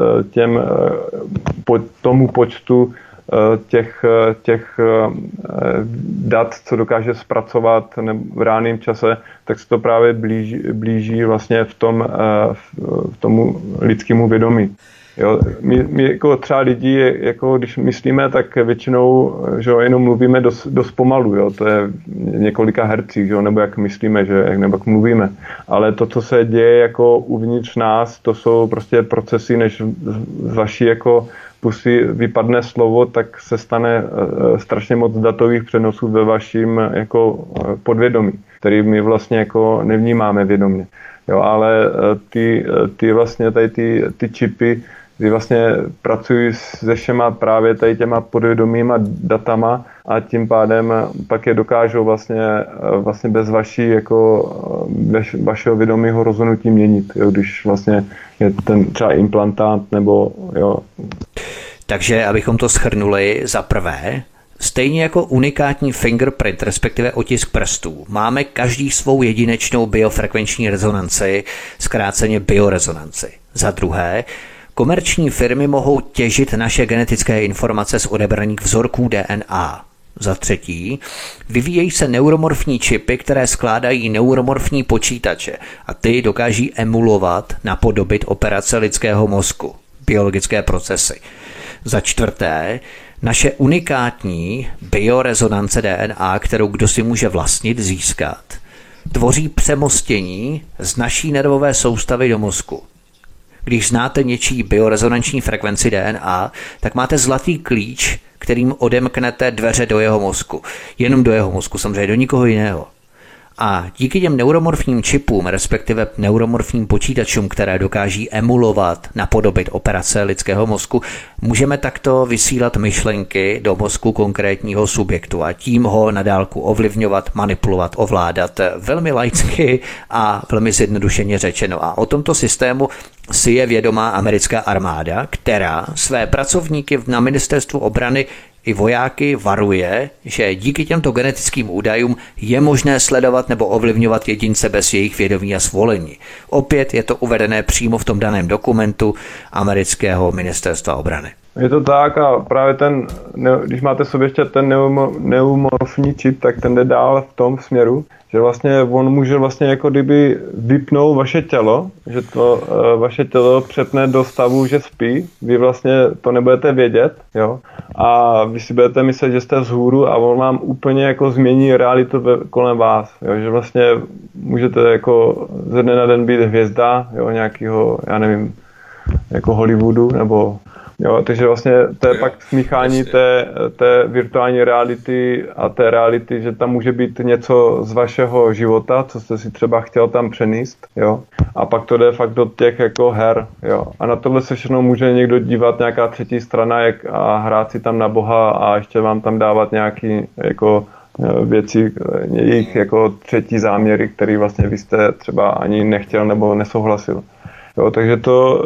tomu počtu těch dat, co dokáže zpracovat v reálném čase, tak se to právě blíží vlastně v tomu lidskému vědomí. Jo, my jako třeba lidi, jako když myslíme, tak většinou, že jo, jenom mluvíme dost pomalu, jo, to je několika hercích, že jo, nebo jak myslíme, nebo jak mluvíme. Ale to, co se děje jako uvnitř nás, to jsou prostě procesy, než z vaší jako pusy vypadne slovo, tak se stane strašně moc datových přenosů ve vaším jako podvědomí, který my vlastně jako nevnímáme vědomě. Jo, ale ty vlastně tady ty čipy, kdy vlastně pracují se všema právě tady těma podvědomýma datama a tím pádem pak je dokážou vlastně bez vašeho vědomího rozhodnutí měnit, jo, když vlastně je ten třeba implantát nebo jo. Takže abychom to shrnuli, za prvé, stejně jako unikátní fingerprint, respektive otisk prstů, máme každý svou jedinečnou biofrekvenční rezonanci, zkráceně biorezonanci. Za druhé, komerční firmy mohou těžit naše genetické informace z odebraných vzorků DNA. Za třetí, vyvíjejí se neuromorfní čipy, které skládají neuromorfní počítače a ty dokáží emulovat, napodobit operace lidského mozku, biologické procesy. Za čtvrté, naše unikátní biorezonance DNA, kterou kdo si může vlastnit, získat, tvoří přemostění z naší nervové soustavy do mozku. Když znáte něčí biorezonanční frekvenci DNA, tak máte zlatý klíč, kterým odemknete dveře do jeho mozku. Jenom do jeho mozku, samozřejmě do nikoho jiného. A díky těm neuromorfním čipům, respektive neuromorfním počítačům, které dokáží emulovat, napodobit operace lidského mozku, můžeme takto vysílat myšlenky do mozku konkrétního subjektu a tím ho na dálku ovlivňovat, manipulovat, ovládat velmi laicky a velmi zjednodušeně řečeno. A o tomto systému si je vědomá americká armáda, která své pracovníky na ministerstvu obrany i vojáky varuje, že díky těmto genetickým údajům je možné sledovat nebo ovlivňovat jedince bez jejich vědomí a svolení. Opět je to uvedené přímo v tom daném dokumentu amerického ministerstva obrany. Je to tak a právě když máte sobě ještě ten neumorfní čip, tak ten jde dál v tom směru, že vlastně on může vlastně jako kdyby vypnout vaše tělo, že to vaše tělo přepne do stavu, že spí, vy vlastně to nebudete vědět, jo, a vy si budete myslet, že jste vzhůru a on vám úplně jako změní realitu kolem vás, jo, že vlastně můžete jako ze dne na den být hvězda, jo, nějakého, já nevím, jako Hollywoodu, nebo jo, takže vlastně to je pak smíchání té virtuální reality a té reality, že tam může být něco z vašeho života, co jste si třeba chtěl tam přenést, jo. a pak to jde fakt do těch jako her, jo. A na tohle se všechno může někdo dívat, nějaká třetí strana a hrát si tam na boha a ještě vám tam dávat nějaký jako věci, jejich jako třetí záměry, který vlastně vy jste třeba ani nechtěl nebo nesouhlasil. Jo, takže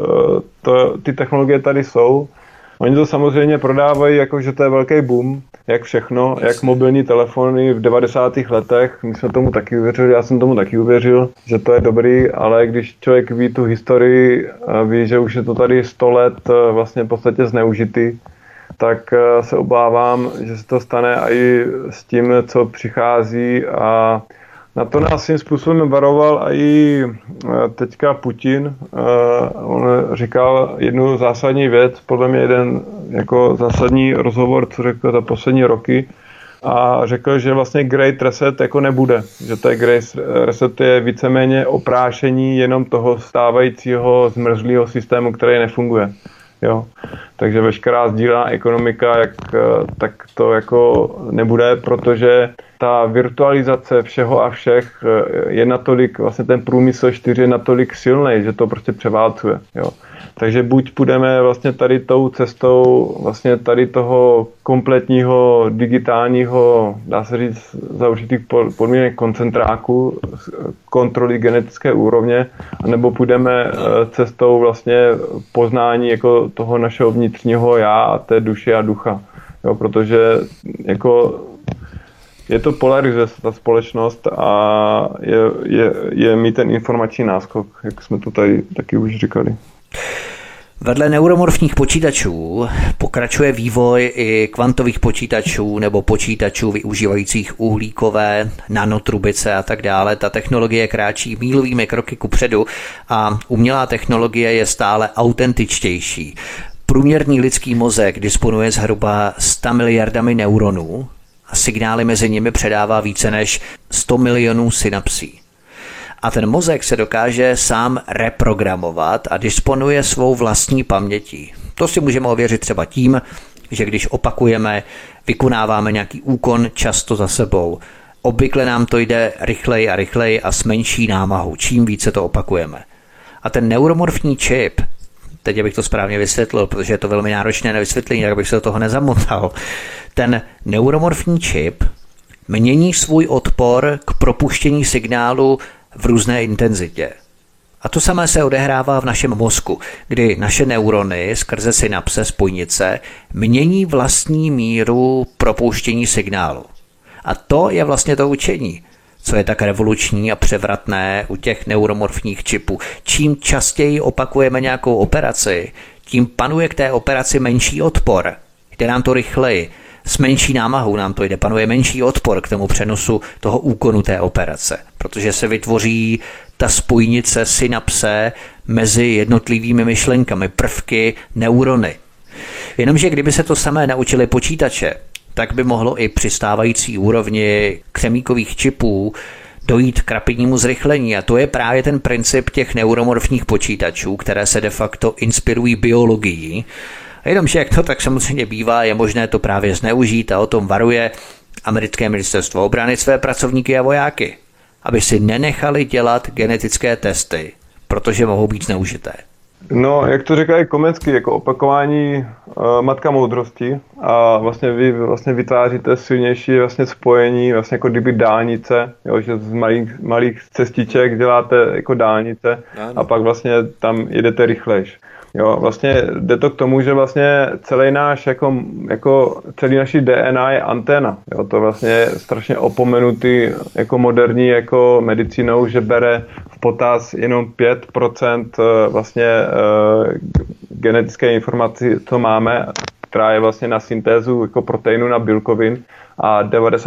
ty technologie tady jsou. Oni to samozřejmě prodávají, jako že to je velký boom, jak všechno, jak mobilní telefony v 90. letech. My jsme tomu taky uvěřili, já jsem tomu taky uvěřil, že to je dobrý, ale když člověk ví tu historii, ví, že už je to tady 100 let vlastně v podstatě zneužitý, tak se obávám, že se to stane i s tím, co přichází, a na to nás svým způsobem varoval i teďka Putin. On říkal jednu zásadní věc, podle mě jeden jako zásadní rozhovor, co řekl za poslední roky, a řekl, že vlastně Great Reset jako nebude, že to Great Reset je víceméně oprášení jenom toho stávajícího zmrzlého systému, který nefunguje. Jo. Takže veškerá sdílená ekonomika, tak to jako nebude, protože ta virtualizace všeho a všech je natolik, vlastně ten průmysl 4 je natolik silný, že to prostě převálcuje. Jo. Takže buď půjdeme vlastně tady tou cestou vlastně tady toho kompletního digitálního, dá se říct, za určitých podmínek koncentráku, kontroly genetické úrovně, anebo půjdeme cestou vlastně poznání jako toho našeho vnitřního já a té duše a ducha. Jo, protože jako je to polarizuje ta společnost a je mít ten informační náskok, jak jsme to tady taky už říkali. Vedle neuromorfních počítačů pokračuje vývoj i kvantových počítačů nebo počítačů využívajících uhlíkové nanotrubice a tak dále. Ta technologie kráčí mílovými kroky kupředu a umělá technologie je stále autentičtější. Průměrný lidský mozek disponuje zhruba 100 miliardami neuronů a signály mezi nimi předává více než 100 milionů synapsí. A ten mozek se dokáže sám reprogramovat a disponuje svou vlastní pamětí. To si můžeme ověřit třeba tím, že když vykonáváme nějaký úkon často za sebou, obvykle nám to jde rychleji a rychleji a s menší námahou, čím více to opakujeme. A ten neuromorfní čip, teď abych to správně vysvětlil, protože je to velmi náročné na vysvětlení, tak bych se do toho nezamotal. Ten neuromorfní čip mění svůj odpor k propuštění signálu v různé intenzitě. A to samé se odehrává v našem mozku, kdy naše neurony skrze synapse spojnice mění vlastní míru propouštění signálu. A to je vlastně to učení, co je tak revoluční a převratné u těch neuromorfních čipů. Čím častěji opakujeme nějakou operaci, tím panuje k té operaci menší odpor. Jde nám to rychleji. S menší námahou nám to jde, panuje menší odpor k tomu přenosu toho úkonu té operace, protože se vytvoří ta spojnice synapse mezi jednotlivými myšlenkami, prvky, neurony. Jenomže kdyby se to samé naučili počítače, tak by mohlo i při stávající úrovni křemíkových čipů dojít k rapidnímu zrychlení. A to je právě ten princip těch neuromorfních počítačů, které se de facto inspirují biologií. Jenomže jak to tak samozřejmě bývá, je možné to právě zneužít a o tom varuje americké ministerstvo obrany své pracovníky a vojáky, aby si nenechali dělat genetické testy, protože mohou být zneužité. No, jak to říká i Komenský, jako opakování matka moudrosti, a vlastně vy vlastně vytváříte silnější vlastně spojení, vlastně jako kdyby dálnice, jo, že z malých cestiček děláte jako dálnice a pak vlastně tam jedete rychlejš. Jo, vlastně jde to k tomu, že vlastně celý náš jako celý naší DNA je anténa. Jo, to vlastně je strašně opomenutý jako moderní jako medicínou, že bere v potaz jenom 5% vlastně genetické informace, co máme, která je vlastně na syntézu jako proteinu na bílkovin, a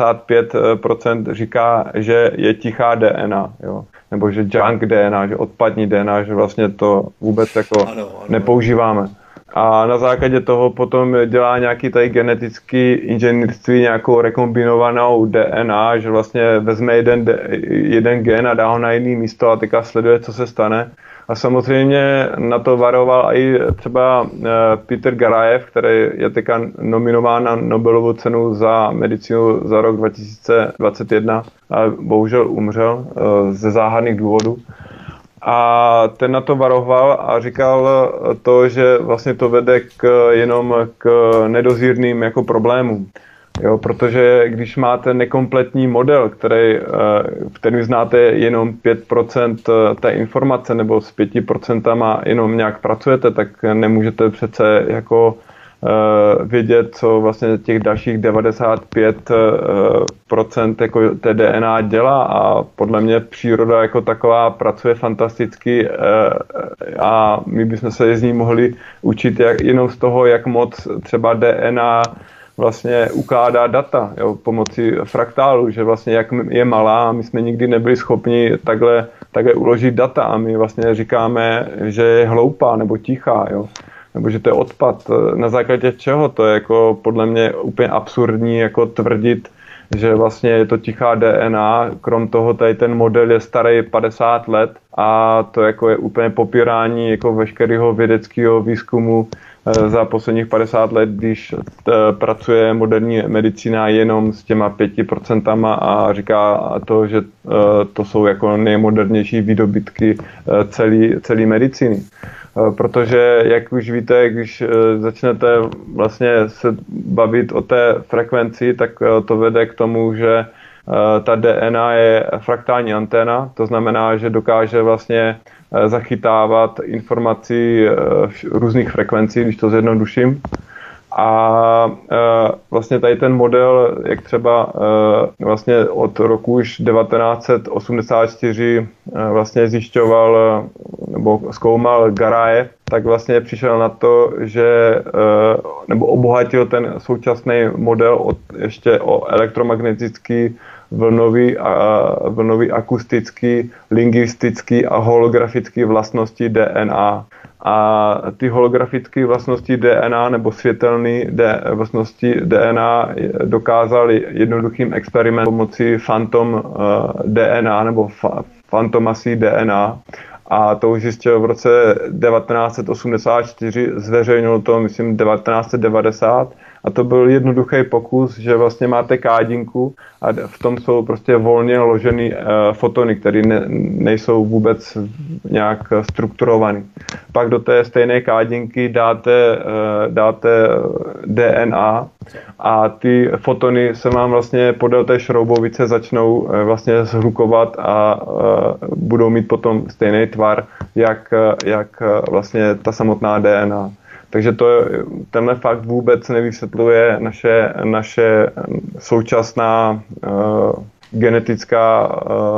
95% říká, že je tichá DNA, jo. Nebo že junk DNA, že odpadní DNA, že vlastně to vůbec jako nepoužíváme. A na základě toho potom dělá nějaký tady genetický inženýrství, nějakou rekombinovanou DNA, že vlastně vezme jeden gen a dá ho na jiný místo a teďka sleduje, co se stane. A samozřejmě na to varoval i třeba Peter Garajev, který je teďka nominován na Nobelovu cenu za medicínu za rok 2021 a bohužel umřel ze záhadných důvodů. A ten na to varoval a říkal to, že vlastně to vede jenom k nedozírným jako problémům. Jo, protože když máte nekompletní model, který znáte jenom 5% té informace nebo s 5% jenom nějak pracujete, tak nemůžete přece jako vědět, co vlastně těch dalších 95% jako té DNA dělá, a podle mě příroda jako taková pracuje fantasticky a my bychom se z ní mohli učit jenom z toho, jak moc třeba DNA vlastně ukládá data, jo, pomocí fraktálu, že vlastně jak je malá, my jsme nikdy nebyli schopni takhle uložit data a my vlastně říkáme, že je hloupá nebo tichá, jo. Nebo že to je odpad. Na základě čeho? To je jako podle mě úplně absurdní jako tvrdit, že vlastně je to tichá DNA, krom toho tady ten model je starý 50 let a to jako je úplně popírání jako veškerého vědeckého výzkumu za posledních 50 let, když pracuje moderní medicína jenom s těma 5% a říká to, že to jsou jako nejmodernější výdobytky celé medicíny. Protože, jak už víte, když začnete vlastně se bavit o té frekvenci, tak to vede k tomu, že ta DNA je fraktální anténa, to znamená, že dokáže vlastně zachytávat informaci různých frekvencí, když to zjednoduším. A vlastně tady ten model, jak třeba vlastně od roku už 1984 vlastně zjišťoval nebo zkoumal Garajev, tak vlastně přišel na to, že nebo obohatil ten současný model ještě o elektromagnetický, vlnový, akustický, lingvistický a holografický vlastnosti DNA. A ty holografické vlastnosti DNA nebo světelné vlastnosti DNA dokázali jednoduchým experimentem pomocí Phantom DNA nebo Phantomacy DNA. A to už zjistil v roce 1984, zveřejnil to, myslím, 1990. A to byl jednoduchý pokus, že vlastně máte kádinku a v tom jsou prostě volně ložený fotony, které nejsou vůbec nějak strukturovaný. Pak do té stejné kádinky dáte DNA a ty fotony se vám vlastně podél té šroubovice začnou vlastně zhlukovat a budou mít potom stejný tvar, jak vlastně ta samotná DNA. Takže tenhle fakt vůbec nevysvětluje naše současná genetická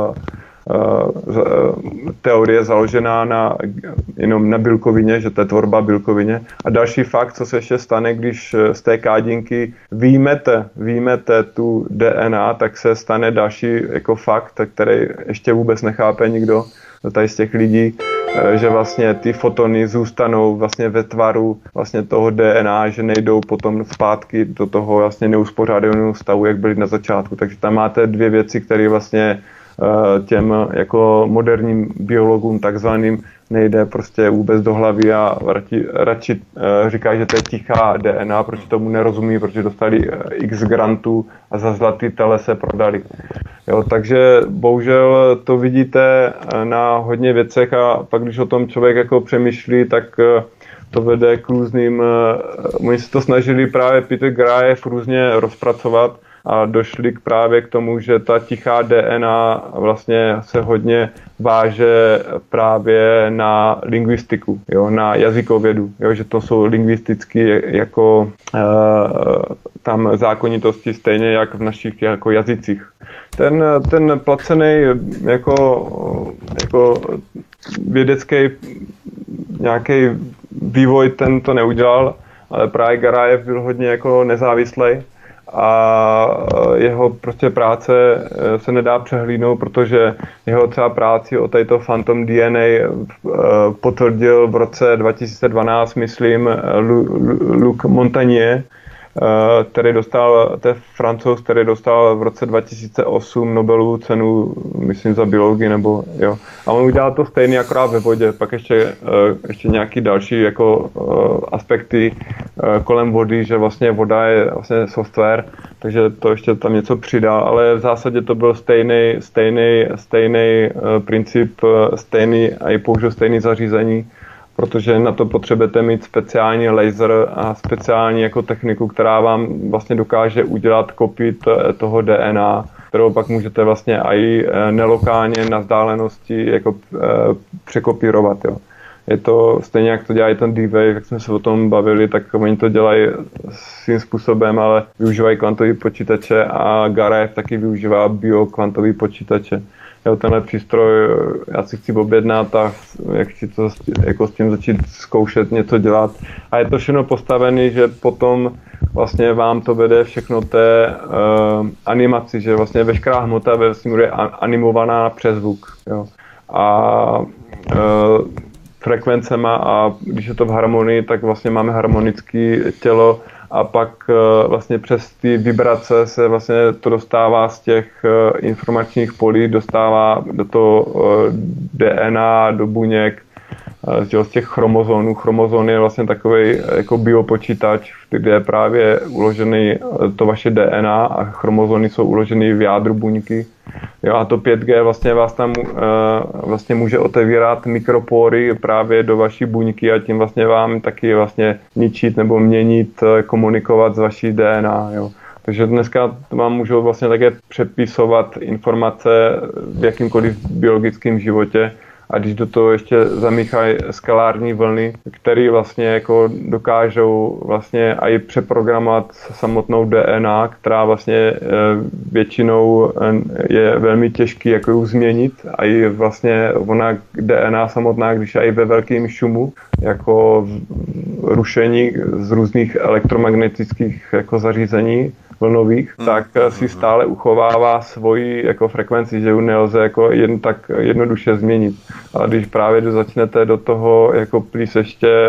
teorie založená jenom na bílkovině, že to je tvorba bílkovině. A další fakt, co se ještě stane, když z té kádinky vyjmete tu DNA, tak se stane další jako fakt, který ještě vůbec nechápe nikdo tady z těch lidí, že vlastně ty fotony zůstanou vlastně ve tvaru vlastně toho DNA, že nejdou potom zpátky do toho vlastně neuspořádaného stavu, jak byly na začátku. Takže tam máte dvě věci, které vlastně těm jako moderním biologům takzvaným nejde prostě vůbec do hlavy a radši říká, že to je tichá DNA, proč tomu nerozumí, protože dostali x grantů a za zlatý tele se prodali. Jo, takže bohužel to vidíte na hodně věcech a pak když o tom člověk jako přemýšlí, tak to vede k různým, oni se to snažili právě Peter Garajev různě rozpracovat a došli právě k tomu, že ta tichá DNA vlastně se hodně váže právě na lingvistiku, jo, na jazykovědu, jo, že to jsou lingvisticky jako tam zákonitosti stejně jak v našich jako jazycích. Ten placený jako vědecký nějaký vývoj ten to neudělal, ale právě Garajev byl hodně jako nezávislý a jeho prostě práce se nedá přehlídnout, protože jeho třeba práci o této Phantom DNA potvrdil v roce 2012, myslím, Luc Montagnier, který dostal, to je Francouz, který dostal v roce 2008 Nobelovu cenu, myslím, za biologii, nebo jo. A on udělal to stejný, akorát ve vodě, pak ještě nějaký další jako aspekty kolem vody, že voda je software, takže to ještě tam něco přidal, ale v zásadě to byl stejný princip, a i použil stejný zařízení, protože na to potřebujete mít speciální laser a speciální jako techniku, která vám vlastně dokáže udělat kopii toho DNA, kterou pak můžete vlastně i nelokálně na vzdálenosti jako překopírovat. Jo. Je to stejně, jak to dělají ten D-Wave, jak jsme se o tom bavili, tak oni to dělají svým způsobem, ale využívají kvantové počítače a Gareth taky využívá biokvantové počítače. Jo, tenhle přístroj, já si chci objednat a jak chci to jako s tím začít zkoušet něco dělat. A je to všechno postavené, že potom vlastně vám to vede všechno té animaci, že vlastně veškerá hmota ve vesmíru je animovaná přes zvuk. Jo. A frekvencema a když je to v harmonii, tak vlastně máme harmonické tělo a pak vlastně přes ty vibrace se vlastně to dostává z těch informačních polí, dostává do toho DNA, do buněk, z těch chromozónů. Chromozón je vlastně takový jako biopočítač, kde je právě uložený to vaše DNA a chromozóny jsou uloženy v jádru buňky. Jo, a to 5G vlastně vás tam vlastně může otevírat mikropory právě do vaší buňky a tím vlastně vám taky vlastně ničit nebo měnit, komunikovat s vaší DNA. Jo. Takže dneska vám můžou vlastně také přepisovat informace v jakýmkoliv biologickém životě. A když do toho ještě zamíchají skalární vlny, které vlastně jako dokážou vlastně i přeprogramovat samotnou DNA, která vlastně většinou je velmi těžký jako ji změnit. A i vlastně ona DNA samotná, když je i ve velkém šumu, jako rušení z různých elektromagnetických jako zařízení vlnových, tak si stále uchovává svoji jako frekvenci, že ji nelze jako tak jednoduše změnit. Ale když právě začnete do toho jako plíst ještě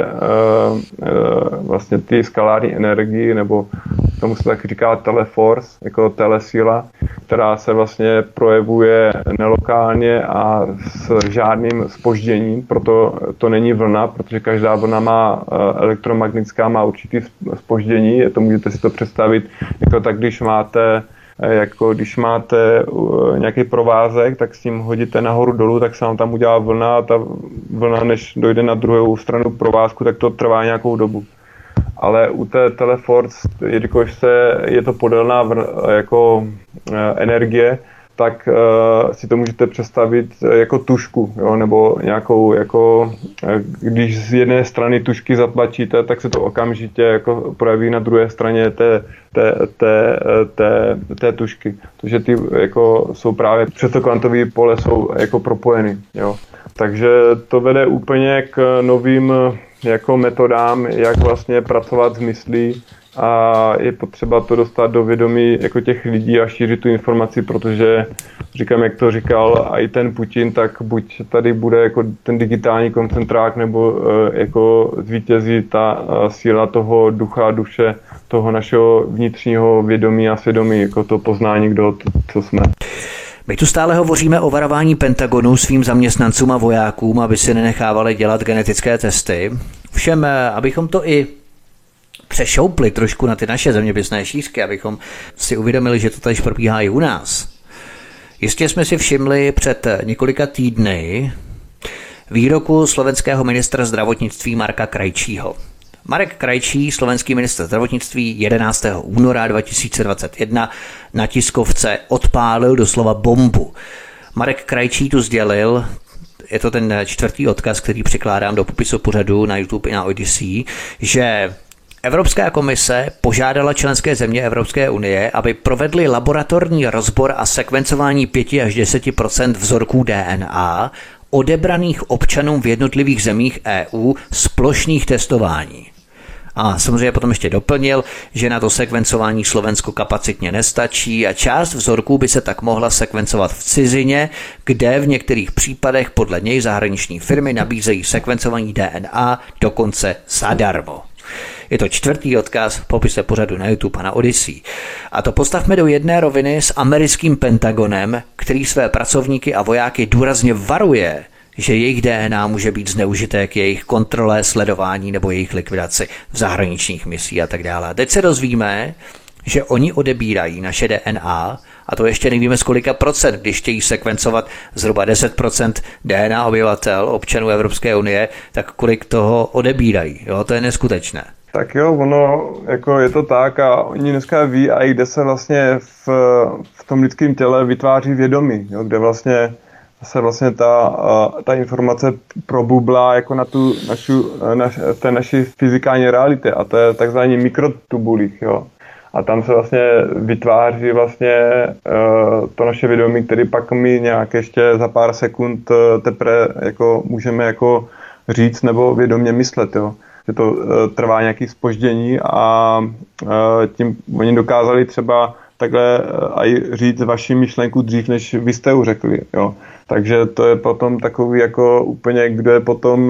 vlastně ty skalární energii, nebo tomu se tak říká teleforce, jako telesíla, která se vlastně projevuje nelokálně a s žádným zpožděním, proto to není vlna, protože každá vlna má elektromagnetická, má určitý zpoždění, to můžete si to představit, jako tak když máte nějaký provázek, tak s tím hodíte nahoru dolů, tak se vám tam udělá vlna a ta vlna, než dojde na druhou stranu provázku, tak to trvá nějakou dobu. Ale u té teleforce, jelikož je to podélná jako energie, tak si to můžete představit jako tušku, jo? Nebo nějakou, jako, když z jedné strany tušky zatlačíte, tak se to okamžitě jako projeví na druhé straně té tušky. Takže ty jako jsou právě přes to kvantové pole jsou jako propojeny. Jo? Takže to vede úplně k novým jako metodám, jak vlastně pracovat s myslí a je potřeba to dostat do vědomí jako těch lidí a šířit tu informaci, protože říkám, jak to říkal i ten Putin, tak buď tady bude jako ten digitální koncentrák, nebo jako zvítězí ta síla toho ducha, duše, toho našeho vnitřního vědomí a svědomí, jako to poznání, kdo, co jsme. My tu stále hovoříme o varování Pentagonu svým zaměstnancům a vojákům, aby si nenechávali dělat genetické testy. Všem, abychom to i přešoupli trošku na ty naše zeměpisné šířky, abychom si uvědomili, že to tady probíhá i u nás. Jistě jsme si všimli před několika týdny výroku slovenského ministra zdravotnictví Marka Krajčího. Marek Krajčí, slovenský ministr zdravotnictví, 11. února 2021 na tiskovce odpálil doslova bombu. Marek Krajčí tu sdělil, je to ten 4. odkaz, který přikládám do popisu pořadu na YouTube i na Odyssey, že Evropská komise požádala členské země Evropské unie, aby provedly laboratorní rozbor a sekvencování 5 až 10% vzorků DNA odebraných občanům v jednotlivých zemích EU z plošných testování. A samozřejmě potom ještě doplnil, že na to sekvencování Slovensko kapacitně nestačí a část vzorků by se tak mohla sekvencovat v cizině, kde v některých případech podle něj zahraniční firmy nabízejí sekvencování DNA dokonce zadarmo. Je to 4. odkaz v popise pořadu na YouTube a na Odyssey. A to postavme do jedné roviny s americkým Pentagonem, který své pracovníky a vojáky důrazně varuje, že jejich DNA může být zneužité k jejich kontrole, sledování nebo jejich likvidaci v zahraničních misích a tak dále. Teď se dozvíme, že oni odebírají naše DNA, a to ještě nevíme z kolika procent, když chtějí sekvencovat zhruba 10% DNA obyvatel, občanů Evropské unie, tak kolik toho odebírají. Jo, to je neskutečné. Tak jo, ono jako je to tak a oni dneska ví, a i kde se vlastně v tom lidském těle vytváří vědomí, jo, kde vlastně se vlastně ta informace probublá jako na tu té naší fyzikální realitě, a to je takzvaný mikrotubulích, jo. A tam se vlastně vytváří vlastně to naše vědomí, který pak my nějak ještě za pár sekund teprve jako můžeme jako říct nebo vědomě myslet, jo. Že to trvá nějaké zpoždění a tím oni dokázali třeba takhle aj říct vaši myšlenku dřív, než vy jste ju řekli, jo. Takže to je potom takový jako úplně, kdo je potom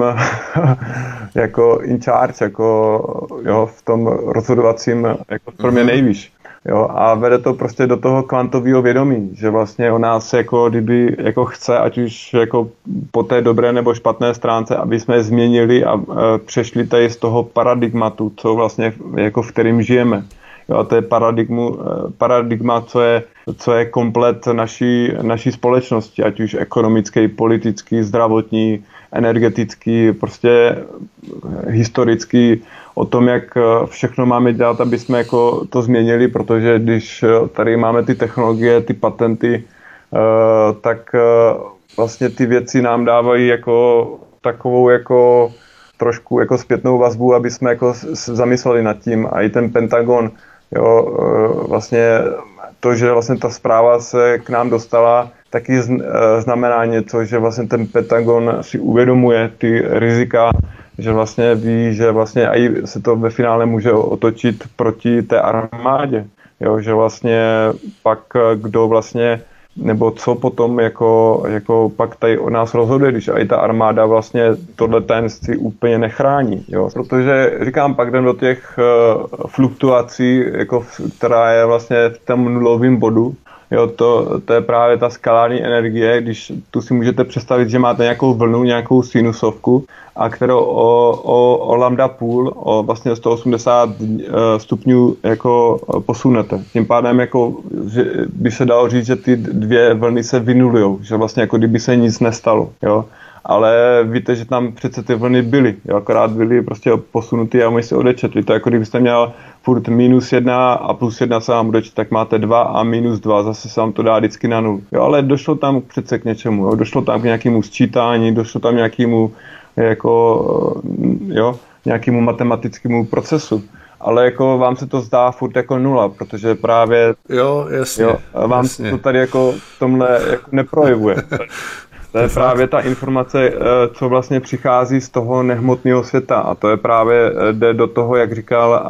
jako in charge, jako jo, v tom rozhodovacím jako formě nejvíš. Jo, a vede to prostě do toho kvantového vědomí, že vlastně o nás jako kdyby jako chce, ať už jako po té dobré nebo špatné stránce, aby jsme změnili a přešli tady z toho paradigmatu, co vlastně jako v kterým žijeme. Jo, a to je paradigma, co je komplet naší společnosti, ať už ekonomický, politický, zdravotní, energetický, prostě historický, o tom, jak všechno máme dělat, aby jsme jako to změnili, protože když tady máme ty technologie, ty patenty, tak vlastně ty věci nám dávají jako takovou jako trošku jako zpětnou vazbu, aby jsme jako zamysleli nad tím. A i ten Pentagon, jo, vlastně to, že vlastně ta zpráva se k nám dostala, taky znamená něco, že vlastně ten Pentagon si uvědomuje ty rizika, že vlastně ví, že vlastně i se to ve finále může otočit proti té armádě. Jo, že vlastně pak kdo vlastně, nebo co potom jako pak tady o nás rozhoduje, když i ta armáda vlastně tohle tajemství úplně nechrání. Jo. Protože říkám, pak jdem do těch fluktuací, jako, která je vlastně v tom nulovém bodu. Jo, to je právě ta skalární energie, když tu si můžete představit, že máte nějakou vlnu, nějakou sinusovku, a kterou o lambda půl, o vlastně 180 stupňů jako posunete. Tím pádem jako, že by se dalo říct, že ty dvě vlny se vynulujou, že vlastně jako kdyby se nic nestalo. Jo. Ale víte, že tam přece ty vlny byly, jo, akorát byly prostě posunutý a my se odečetli. To jako kdybyste měl furt -1 a +1 se vám odečet, tak máte 2 a -2, zase se vám to dá vždycky na 0. Jo, ale došlo tam přece k něčemu, jo, došlo tam k nějakému sčítání, došlo tam nějakému jako, jo, nějakému matematickému procesu. Ale jako vám se to zdá furt jako 0, protože právě jo, jasně, jo, vám jasně. to tady jako v tomhle jako neprojevuje. To je právě ta informace, co vlastně přichází z toho nehmotného světa, a to je právě, jde do toho, jak říkal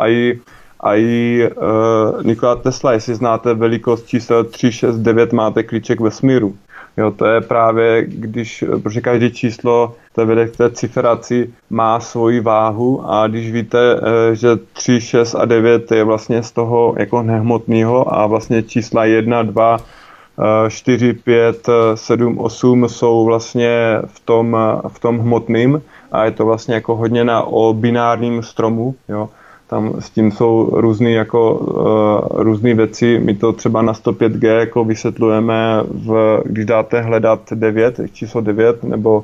i Nikola Tesla, jestli znáte velikost čísel 369, máte klíček vesmíru. Jo, to je právě, protože každé číslo vede k té ciferaci, má svoji váhu, a když víte, že 3, 6 a 9 je vlastně z toho jako nehmotného a vlastně čísla 1, 2, 4, 5, 7, 8 jsou vlastně v tom hmotným, a je to vlastně jako hodně o binárním stromu, jo. Tam s tím jsou různé věci. My to třeba na 105G jako vysvětlujeme, když dáte hledat 9, číslo 9,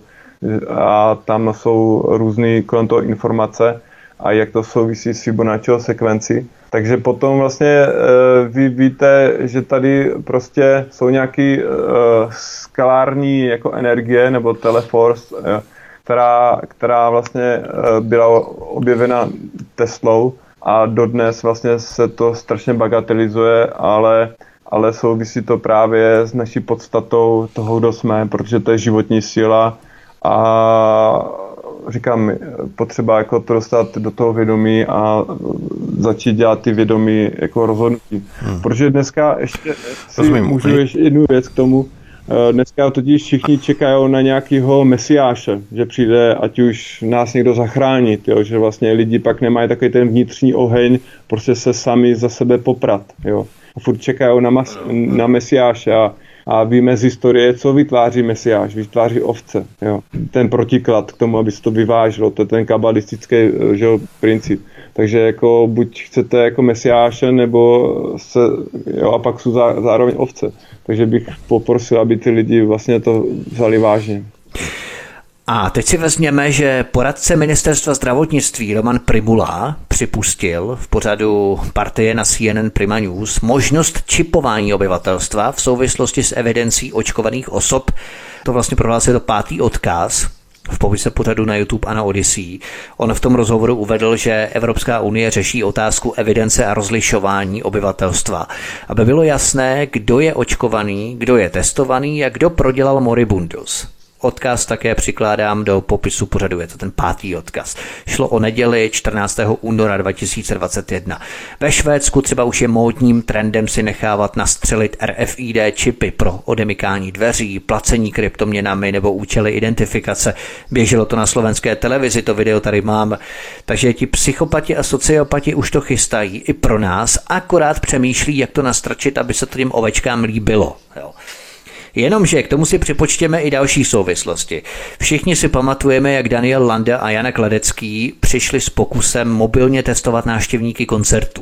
a tam jsou různé kolem toho informace a jak to souvisí s Fibonacciho sekvenci. Takže potom vlastně vy víte, že tady prostě jsou nějaký skalární jako energie nebo teleforce, která vlastně byla objevena Teslou, a dodnes vlastně se to strašně bagatelizuje, ale souvisí to právě s naší podstatou toho, kdo jsme, protože to je životní síla, a říkám, potřeba jako to dostat do toho vědomí a začít dělat ty vědomí jako rozhodnutí. Protože dneska ještě můžu ještě jednu věc k tomu. Dneska totiž všichni čekají na nějakého mesiáše, že přijde, ať už nás někdo zachránit, jo? Že vlastně lidi pak nemají takový ten vnitřní oheň, prostě se sami za sebe poprat. Jo? A furt čekají na mesiáše, A víme z historie, co vytváří mesiáš, vytváří ovce. Jo. Ten protiklad k tomu, aby se to vyvážilo, to je ten kabalistický princip. Takže jako buď chcete jako mesiáše, nebo a pak jsou zároveň ovce. Takže bych poprosil, aby ty lidi vlastně to vzali vážně. A teď si vezměme, že poradce ministerstva zdravotnictví Roman Prymula připustil v pořadu Partie na CNN Prima News možnost čipování obyvatelstva v souvislosti s evidencí očkovaných osob. To vlastně prohlásil to 5. odkaz v popise pořadu na YouTube a na Odyssey. On v tom rozhovoru uvedl, že Evropská unie řeší otázku evidence a rozlišování obyvatelstva, aby bylo jasné, kdo je očkovaný, kdo je testovaný a kdo prodělal moribundus. Odkaz také přikládám do popisu pořadu, je to ten 5. odkaz. Šlo o neděli 14. února 2021. Ve Švédsku třeba už je módním trendem si nechávat nastřelit RFID čipy pro odemykání dveří, placení kryptoměnami nebo účely identifikace. Běželo to na slovenské televizi, to video tady mám. Takže ti psychopati a sociopati už to chystají i pro nás, akorát přemýšlí, jak to nastrčit, aby se to těm ovečkám líbilo. Jo. Jenomže k tomu si připočtěme i další souvislosti. Všichni si pamatujeme, jak Daniel Landa a Janek Ledecký přišli s pokusem mobilně testovat návštěvníky koncertů.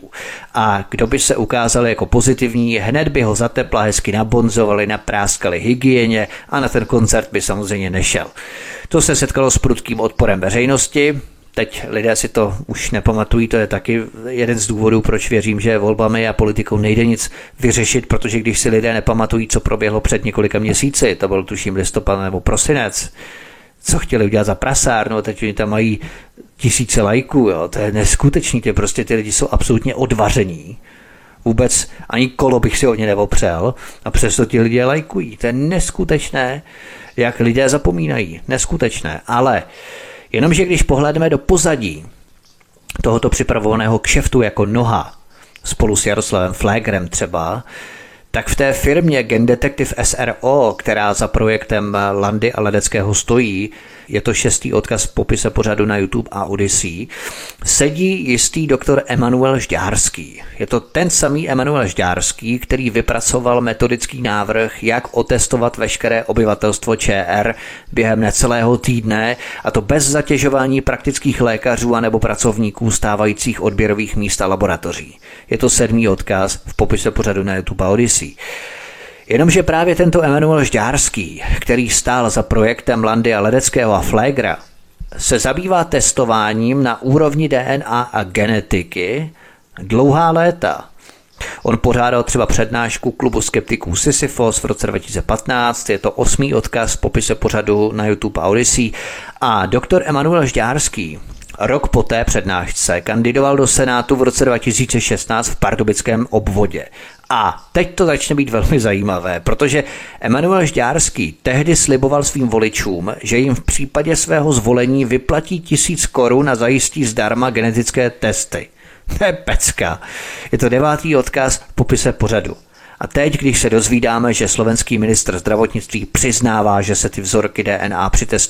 A kdo by se ukázal jako pozitivní, hned by ho zatepla hezky nabonzovali, napráskali hygieně a na ten koncert by samozřejmě nešel. To se setkalo s prudkým odporem veřejnosti. Teď lidé si to už nepamatují, to je taky jeden z důvodů, proč věřím, že volbami a politikou nejde nic vyřešit, protože když si lidé nepamatují, co proběhlo před několika měsíci, to byl tuším listopad nebo prosinec, co chtěli udělat za prasárnu, teď oni tam mají tisíce lajků, jo, to je neskutečný, ty lidi jsou absolutně odvaření. Vůbec ani kolo bych si o ně neopřel a přesto ti lidé lajkují. To je neskutečné, jak lidé zapomínají, neskutečné, ale jenomže když pohlédneme do pozadí tohoto připravovaného kšeftu jako Noha, spolu s Jaroslavem Flégrem třeba, tak v té firmě Gen Detective SRO, která za projektem Landy a Ledeckého stojí, je to 6. odkaz v popise pořadu na YouTube a Odyssey, sedí jistý doktor Emanuel Žďárský. Je to ten samý Emanuel Žďárský, který vypracoval metodický návrh, jak otestovat veškeré obyvatelstvo ČR během necelého týdne, a to bez zatěžování praktických lékařů anebo pracovníků stávajících odběrových míst a laboratoří. Je to 7. odkaz v popise pořadu na YouTube a Odyssey. Jenomže právě tento Emanuel Žďárský, který stál za projektem Landy a Ledeckého a Flégra, se zabývá testováním na úrovni DNA a genetiky dlouhá léta. On pořádal třeba přednášku klubu skeptiků Sisyphos v roce 2015, je to 8. odkaz v popise pořadu na YouTube a Odyssey, a doktor Emanuel Žďárský rok po té přednášce kandidoval do Senátu v roce 2016 v Pardubickém obvodě. A teď to začne být velmi zajímavé, protože Emanuel Žďárský tehdy sliboval svým voličům, že jim v případě svého zvolení vyplatí 1000 korun a zajistí zdarma genetické testy. To je pecka. Je to 9. odkaz v popise pořadu. A teď, když se dozvídáme, že slovenský ministr zdravotnictví přiznává, že se ty vzorky DNA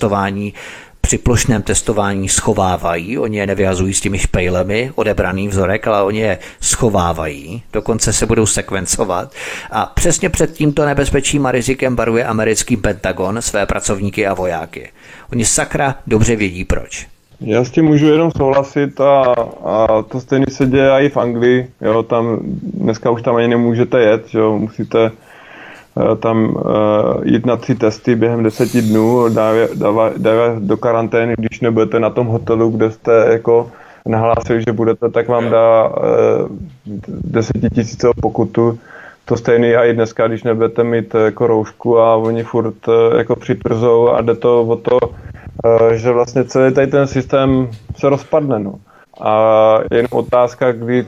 při plošném testování schovávají, oni je nevyhazují s těmi špejlemi, odebraný vzorek, ale oni je schovávají, dokonce se budou sekvencovat. A přesně před tímto nebezpečím a rizikem varuje americký Pentagon své pracovníky a vojáky. Oni sakra dobře vědí proč. Já s tím můžu jenom souhlasit a to stejně se děje i v Anglii. Jo, tam dneska už tam ani nemůžete jet, jo, musíte tam jít na 3 testy během 10 dnů, dávat do karantény, když nebudete na tom hotelu, kde jste jako nahlásili, že budete, tak vám dá 10 000 pokutu. To stejný i dneska, když nebudete mít jako roušku a oni furt jako přitvrzou a jde to o to, že vlastně celý tady ten systém se rozpadne. No. A jen otázka, kdy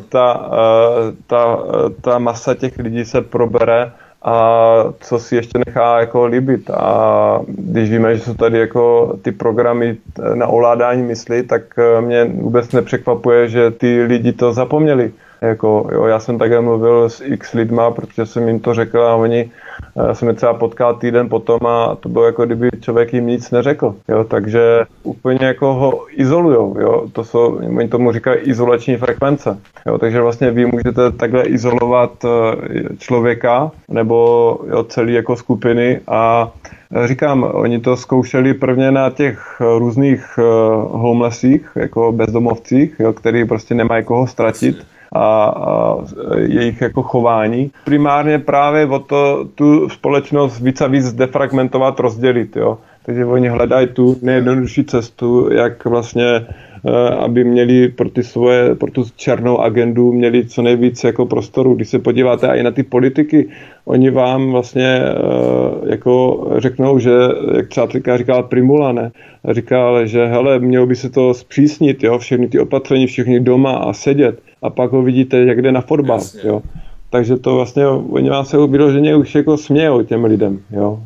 ta masa těch lidí se probere a co si ještě nechá jako líbit. A když víme, že jsou tady jako ty programy na ovládání mysli, tak mě vůbec nepřekvapuje, že ty lidi to zapomněli. Jako, jo, já jsem také mluvil s x lidma, protože jsem jim to řekl a oni jsem je třeba potkal týden potom a to bylo jako kdyby člověk jim nic neřekl. Jo, takže úplně jako ho izolujou. Jo, oni tomu říkají izolační frekvence. Jo, takže vlastně vy můžete takhle izolovat člověka nebo jo, celý jako skupiny a říkám, oni to zkoušeli prvně na těch různých homelessích, jako bezdomovcích, jo, který prostě nemají koho ztratit a jejich jako chování. Primárně právě o to tu společnost víc a víc defragmentovat, rozdělit. Jo. Takže oni hledají tu nejjednodušší cestu, jak vlastně aby měli pro tu černou agendu měli co nejvíc jako prostoru. Když se podíváte i na ty politiky, oni vám vlastně jako řeknou, že, jak třeba říkal Primula, ne? Říkal, že hele, mělo by se to zpřísnit, jo? Všechny ty opatření, všichni doma a sedět. A pak ho vidíte, jak jde na fotbal. Jo? Takže to vlastně, oni vám se vyloženě už jako smějou těm lidem. Jo?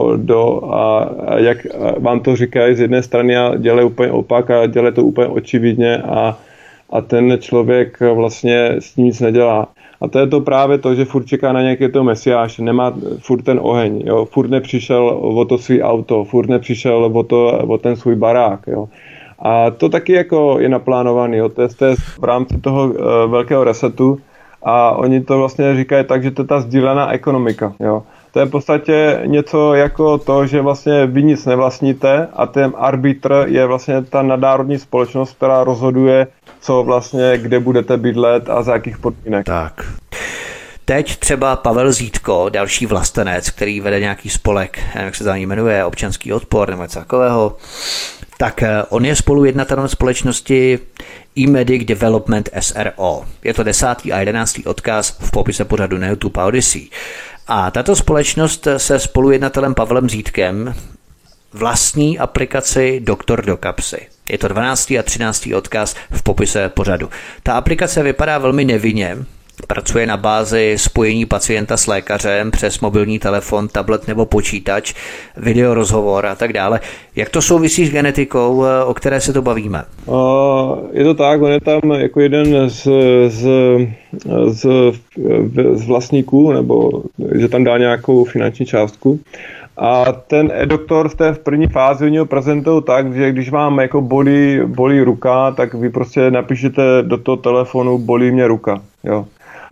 A jak vám to říkají z jedné strany a dělají úplně opak a dělají to úplně očividně a ten člověk vlastně s tím nic nedělá. A to je to právě to, že furt čeká na nějaký to mesiáš, nemá furt ten oheň, jo? Furt nepřišel o to svý auto, furt nepřišel o ten svůj barák. Jo? A to taky jako je naplánovaný, jo? To je v rámci toho velkého resetu a oni to vlastně říkají tak, že to je ta sdílená ekonomika. Jo? To je v podstatě něco jako to, že vlastně vy nic nevlastníte a ten arbitr je vlastně ta nadnárodní společnost, která rozhoduje, co vlastně, kde budete bydlet a za jakých podmínek. Tak. Teď třeba Pavel Zítko, další vlastenec, který vede nějaký spolek, jak se za ní jmenuje, Občanský odpor nebo něco takového, tak on je spolujednatelem společnosti eMedic Development SRO. Je to 10. a 11. odkaz v popise pořadu na YouTube a Odyssey. A tato společnost se spolujednatelem Pavlem Zítkem vlastní aplikaci Doktor do kapsy. Je to 12. a 13. odkaz v popise pořadu. Ta aplikace vypadá velmi nevinně. Pracuje na bázi spojení pacienta s lékařem přes mobilní telefon, tablet nebo počítač, videorozhovor a tak dále. Jak to souvisí s genetikou, o které se to bavíme? Je to tak, on je tam jako jeden z vlastníků, nebo že tam dá nějakou finanční částku. A ten e-doktor v první fázi oni ho prezentují tak, že když vám jako bolí ruka, tak vy prostě napíšete do toho telefonu bolí mě ruka. Jo.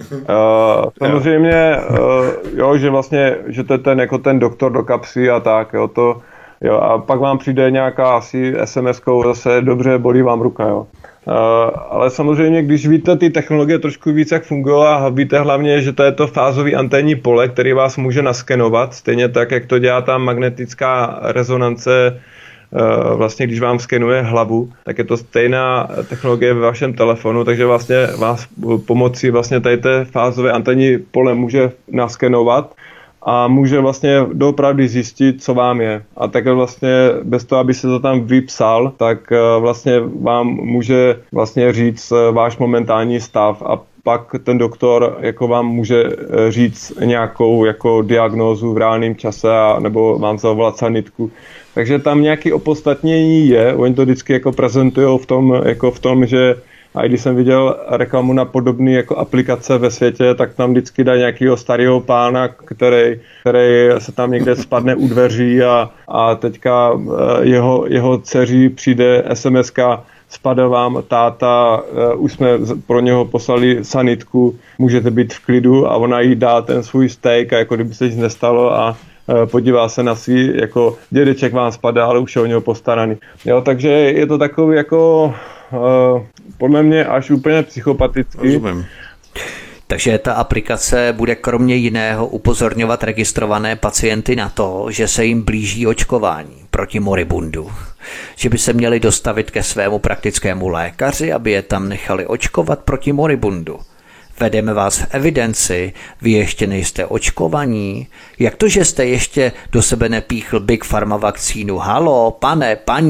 Samozřejmě, jo, že vlastně, že to je ten doktor do kapsy a tak, jo, to, jo, a pak vám přijde nějaká asi SMS-kou zase, dobře, bolí vám ruka, jo. Ale samozřejmě, když víte ty technologie trošku víc, jak fungují a víte hlavně, že to je to fázový anténní pole, který vás může naskenovat, stejně tak, jak to dělá ta magnetická rezonance, vlastně když vám skenuje hlavu, tak je to stejná technologie ve vašem telefonu, takže vlastně vás pomocí vlastně tady té fázové anténní pole může naskenovat a může vlastně doopravdy zjistit, co vám je. A takhle vlastně bez toho, aby se to tam vypsal, tak vlastně vám může vlastně říct váš momentální stav a pak ten doktor jako vám může říct nějakou jako diagnózu v reálném čase nebo vám zavolat sanitku. Takže tam nějaké opodstatnění je, oni to vždycky jako prezentují v tom, že a když jsem viděl reklamu na podobné jako aplikace ve světě, tak tam vždycky dají nějakého starého pána, který se tam někde spadne u dveří a teďka jeho dceři přijde SMS-ka, spadl vám táta, už jsme pro něho poslali sanitku, můžete být v klidu a ona jí dá ten svůj steak a jako kdyby se nic nestalo a podívá se na svý, jako dědeček vám spadá, ale už je o něho postaraný. Jo, takže je to takový jako podle mě až úplně psychopatický. Rozumím. Takže ta aplikace bude kromě jiného upozorňovat registrované pacienty na to, že se jim blíží očkování proti moribundu. Že by se měli dostavit ke svému praktickému lékaři, aby je tam nechali očkovat proti moribundu. Vedeme vás v evidenci, vy ještě nejste očkovaní. Jak to, že jste ještě do sebe nepíchl Big Pharma vakcínu? Halo, pane, paní,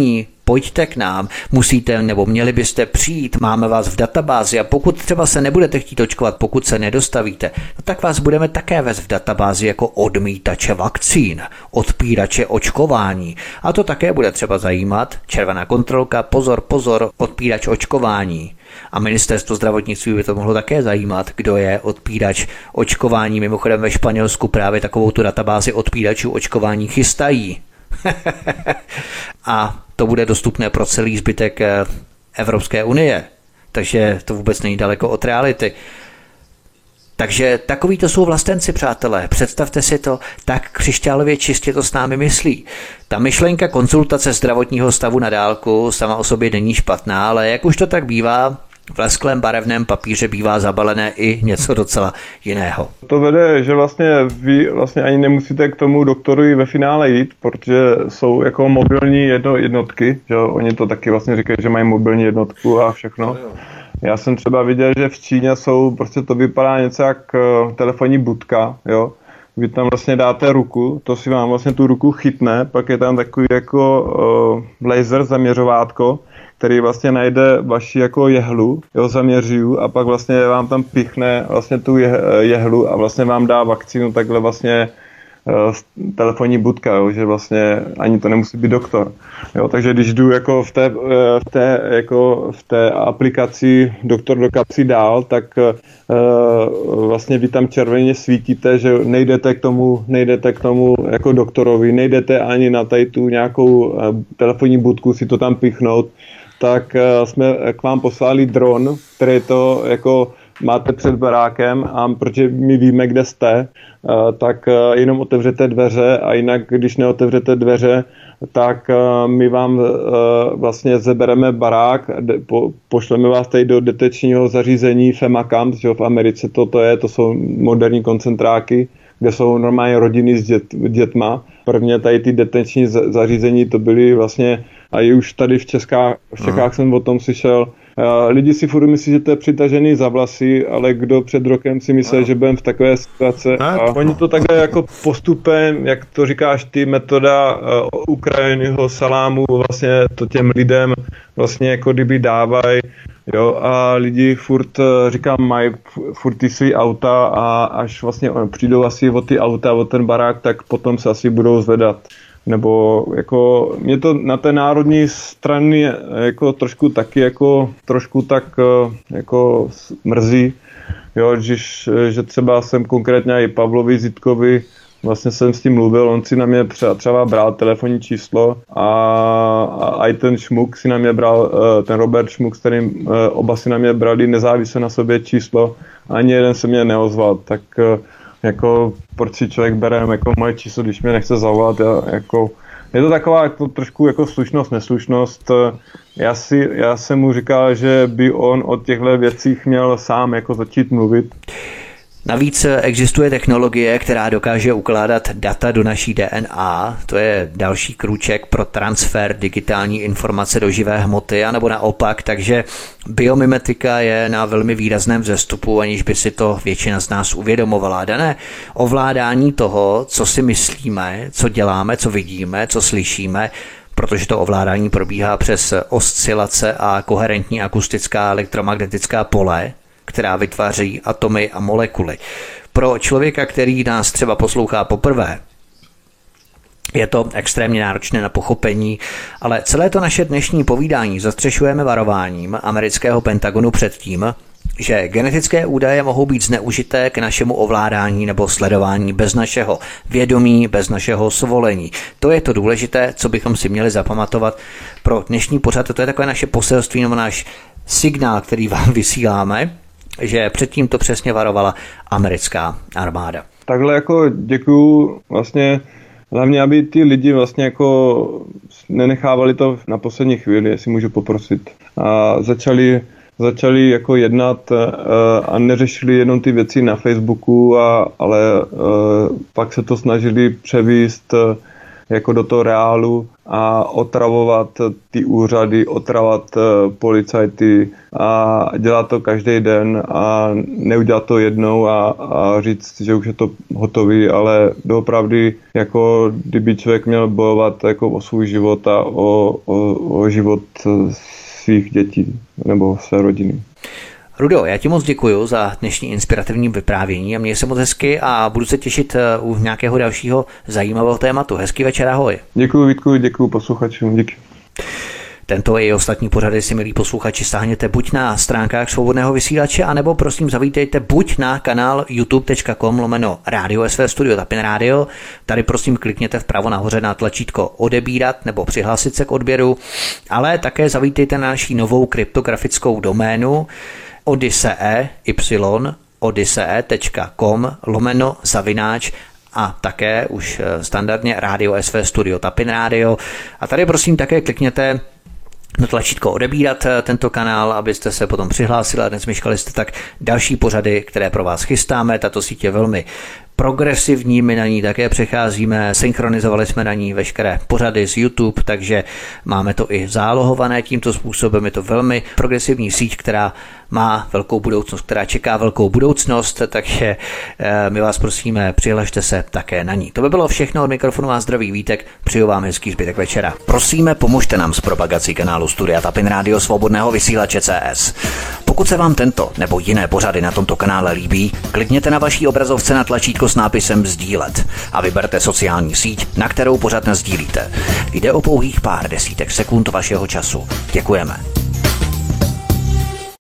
pojďte k nám, musíte nebo měli byste přijít, máme vás v databázi a pokud třeba se nebudete chtít očkovat, pokud se nedostavíte, no tak vás budeme také vést v databázi jako odmítače vakcín, odpírače očkování. A to také bude třeba zajímat. Červená kontrolka, pozor, pozor, odpírač očkování. A ministerstvo zdravotnictví by to mohlo také zajímat, kdo je odpírač očkování. Mimochodem ve Španělsku právě takovou tu databázi odpíračů očkování chystají. A to bude dostupné pro celý zbytek Evropské unie. Takže to vůbec není daleko od reality. Takže takový to jsou vlastenci, přátelé. Představte si to, tak křišťálově čistě to s námi myslí. Ta myšlenka konzultace zdravotního stavu na dálku sama o sobě není špatná, ale jak už to tak bývá, v lesklém barevném papíře bývá zabalené i něco docela jiného. To vede, že vy ani nemusíte k tomu doktorovi ve finále jít, protože jsou jako mobilní jednotky, že oni to taky vlastně říkají, že mají mobilní jednotku a všechno. Já jsem třeba viděl, že v Číně jsou, prostě to vypadá něco jak telefonní budka, jo. Vy tam vlastně dáte ruku, to si vám vlastně tu ruku chytne, pak je tam takový jako laser zaměřovátko, který vlastně najde vaši jako jehlu, jo, zaměřuju a pak vlastně vám tam pichne vlastně tu jehlu a vlastně vám dá vakcínu takhle vlastně telefonní budka, jo, že vlastně ani to nemusí být doktor. Jo, takže když jdu jako v té aplikaci doktor do kapsy dál, tak vlastně vy tam červeně svítíte, že nejdete k tomu jako doktorovi, nejdete ani na tady tu nějakou telefonní budku si to tam pichnout, tak jsme k vám poslali dron, který to jako máte před barákem a protože my víme, kde jste, tak jenom otevřete dveře a jinak, když neotevřete dveře, tak my vám vlastně zebereme barák, pošleme vás tady do detenčního zařízení FEMA Camp, že v Americe to jsou moderní koncentráky, kde jsou normálně rodiny s dětma. Prvně tady ty detenční zařízení to byly vlastně, a i už tady v Čechách jsem o tom slyšel, lidi si furt myslí, že to je přitažený za vlasy, ale kdo před rokem si myslel, že budeme v takové situaci. A oni to takhle jako postupem, jak to říkáš ty, metoda Ukrajinyho salámu, vlastně to těm lidem vlastně jako kdyby dávají, jo, a lidi furt, říkám, mají furt ty svý auta a až vlastně přijdou asi o ty auta, o ten barák, tak potom se asi budou zvedat. Nebo jako mě to na té národní straně jako trošku taky jako trošku tak jako mrzí, jo, že třeba jsem konkrétně i Pavlovi Zitkovi, vlastně jsem s tím mluvil, on si na mě třeba bral telefonní číslo a i ten Šmuk si na mě bral, ten Robert Šmuk, s kterým oba si na mě brali nezávisle na sobě číslo, ani jeden se mě neozval, tak jako proč si člověk bere jako moje číslo, když mě nechce zavolat, jako je to taková jako trošku jako slušnost, neslušnost. Já jsem mu říkal, že by on o těchto věcích měl sám jako začít mluvit. Navíc existuje technologie, která dokáže ukládat data do naší DNA. To je další krůček pro transfer digitální informace do živé hmoty, anebo naopak, takže biomimetika je na velmi výrazném vzestupu, aniž by si to většina z nás uvědomovala. Dané ovládání toho, co si myslíme, co děláme, co vidíme, co slyšíme, protože to ovládání probíhá přes oscilace a koherentní akustická elektromagnetická pole, která vytváří atomy a molekuly. Pro člověka, který nás třeba poslouchá poprvé, je to extrémně náročné na pochopení, ale celé to naše dnešní povídání zastřešujeme varováním amerického Pentagonu před tím, že genetické údaje mohou být zneužité k našemu ovládání nebo sledování bez našeho vědomí, bez našeho svolení. To je to důležité, co bychom si měli zapamatovat pro dnešní pořad. To je takové naše poselství nebo náš signál, který vám vysíláme, že předtím to přesně varovala americká armáda. Takhle jako děkuju vlastně hlavně, aby ty lidi vlastně jako nenechávali to na poslední chvíli, jestli můžu poprosit. A začali jako jednat a neřešili jenom ty věci na Facebooku, ale pak se to snažili převíst jako do toho reálu a otravovat ty úřady, otravovat policajty a dělat to každý den a neudělat to jednou a říct, že už je to hotový, ale doopravdy jako kdyby člověk měl bojovat jako o svůj život a o život svých dětí nebo své rodiny. Rudo, já ti moc děkuji za dnešní inspirativní vyprávění a měj se moc hezky a budu se těšit u nějakého dalšího zajímavého tématu. Hezký večer, ahoj. Děkuji Vítku, děkuji posluchačům, díky. Tento i ostatní pořady si, milí posluchači, stáhněte buď na stránkách Svobodného vysílače, anebo prosím zavítejte buď na kanál youtube.com/Radio SV Studio Tapin Radio. Tady prosím klikněte vpravo nahoře na tlačítko odebírat nebo přihlásit se k odběru, ale také zavítejte na naší novou kryptografickou doménu odyssee.com// a také už standardně Radio SV Studio Tapin Radio. A tady prosím také klikněte na tlačítko odebírat tento kanál, abyste se potom přihlásili a nezmeškali jste tak další pořady, které pro vás chystáme. Tato síť je velmi progresivní, my na ní také přecházíme, synchronizovali jsme na ní veškeré pořady z YouTube, takže máme to i zálohované tímto způsobem. Je to velmi progresivní síť, která má velkou budoucnost, která čeká velkou budoucnost, takže my vás prosíme, přihlašte se také na ní. To by bylo všechno, od mikrofonu vás zdraví Vítek, přeju vám hezký zbytek večera. Prosíme, pomožte nám s propagací kanálu Studia Tapin Radio Svobodného vysílače CS. Pokud se vám tento nebo jiné pořady na tomto kanále líbí, klikněte na vaší obrazovce na tlačítko s nápisem sdílet a vyberte sociální síť, na kterou pořad nasdílíte. Jde o pouhých pár desítek sekund vašeho času. Děkujeme.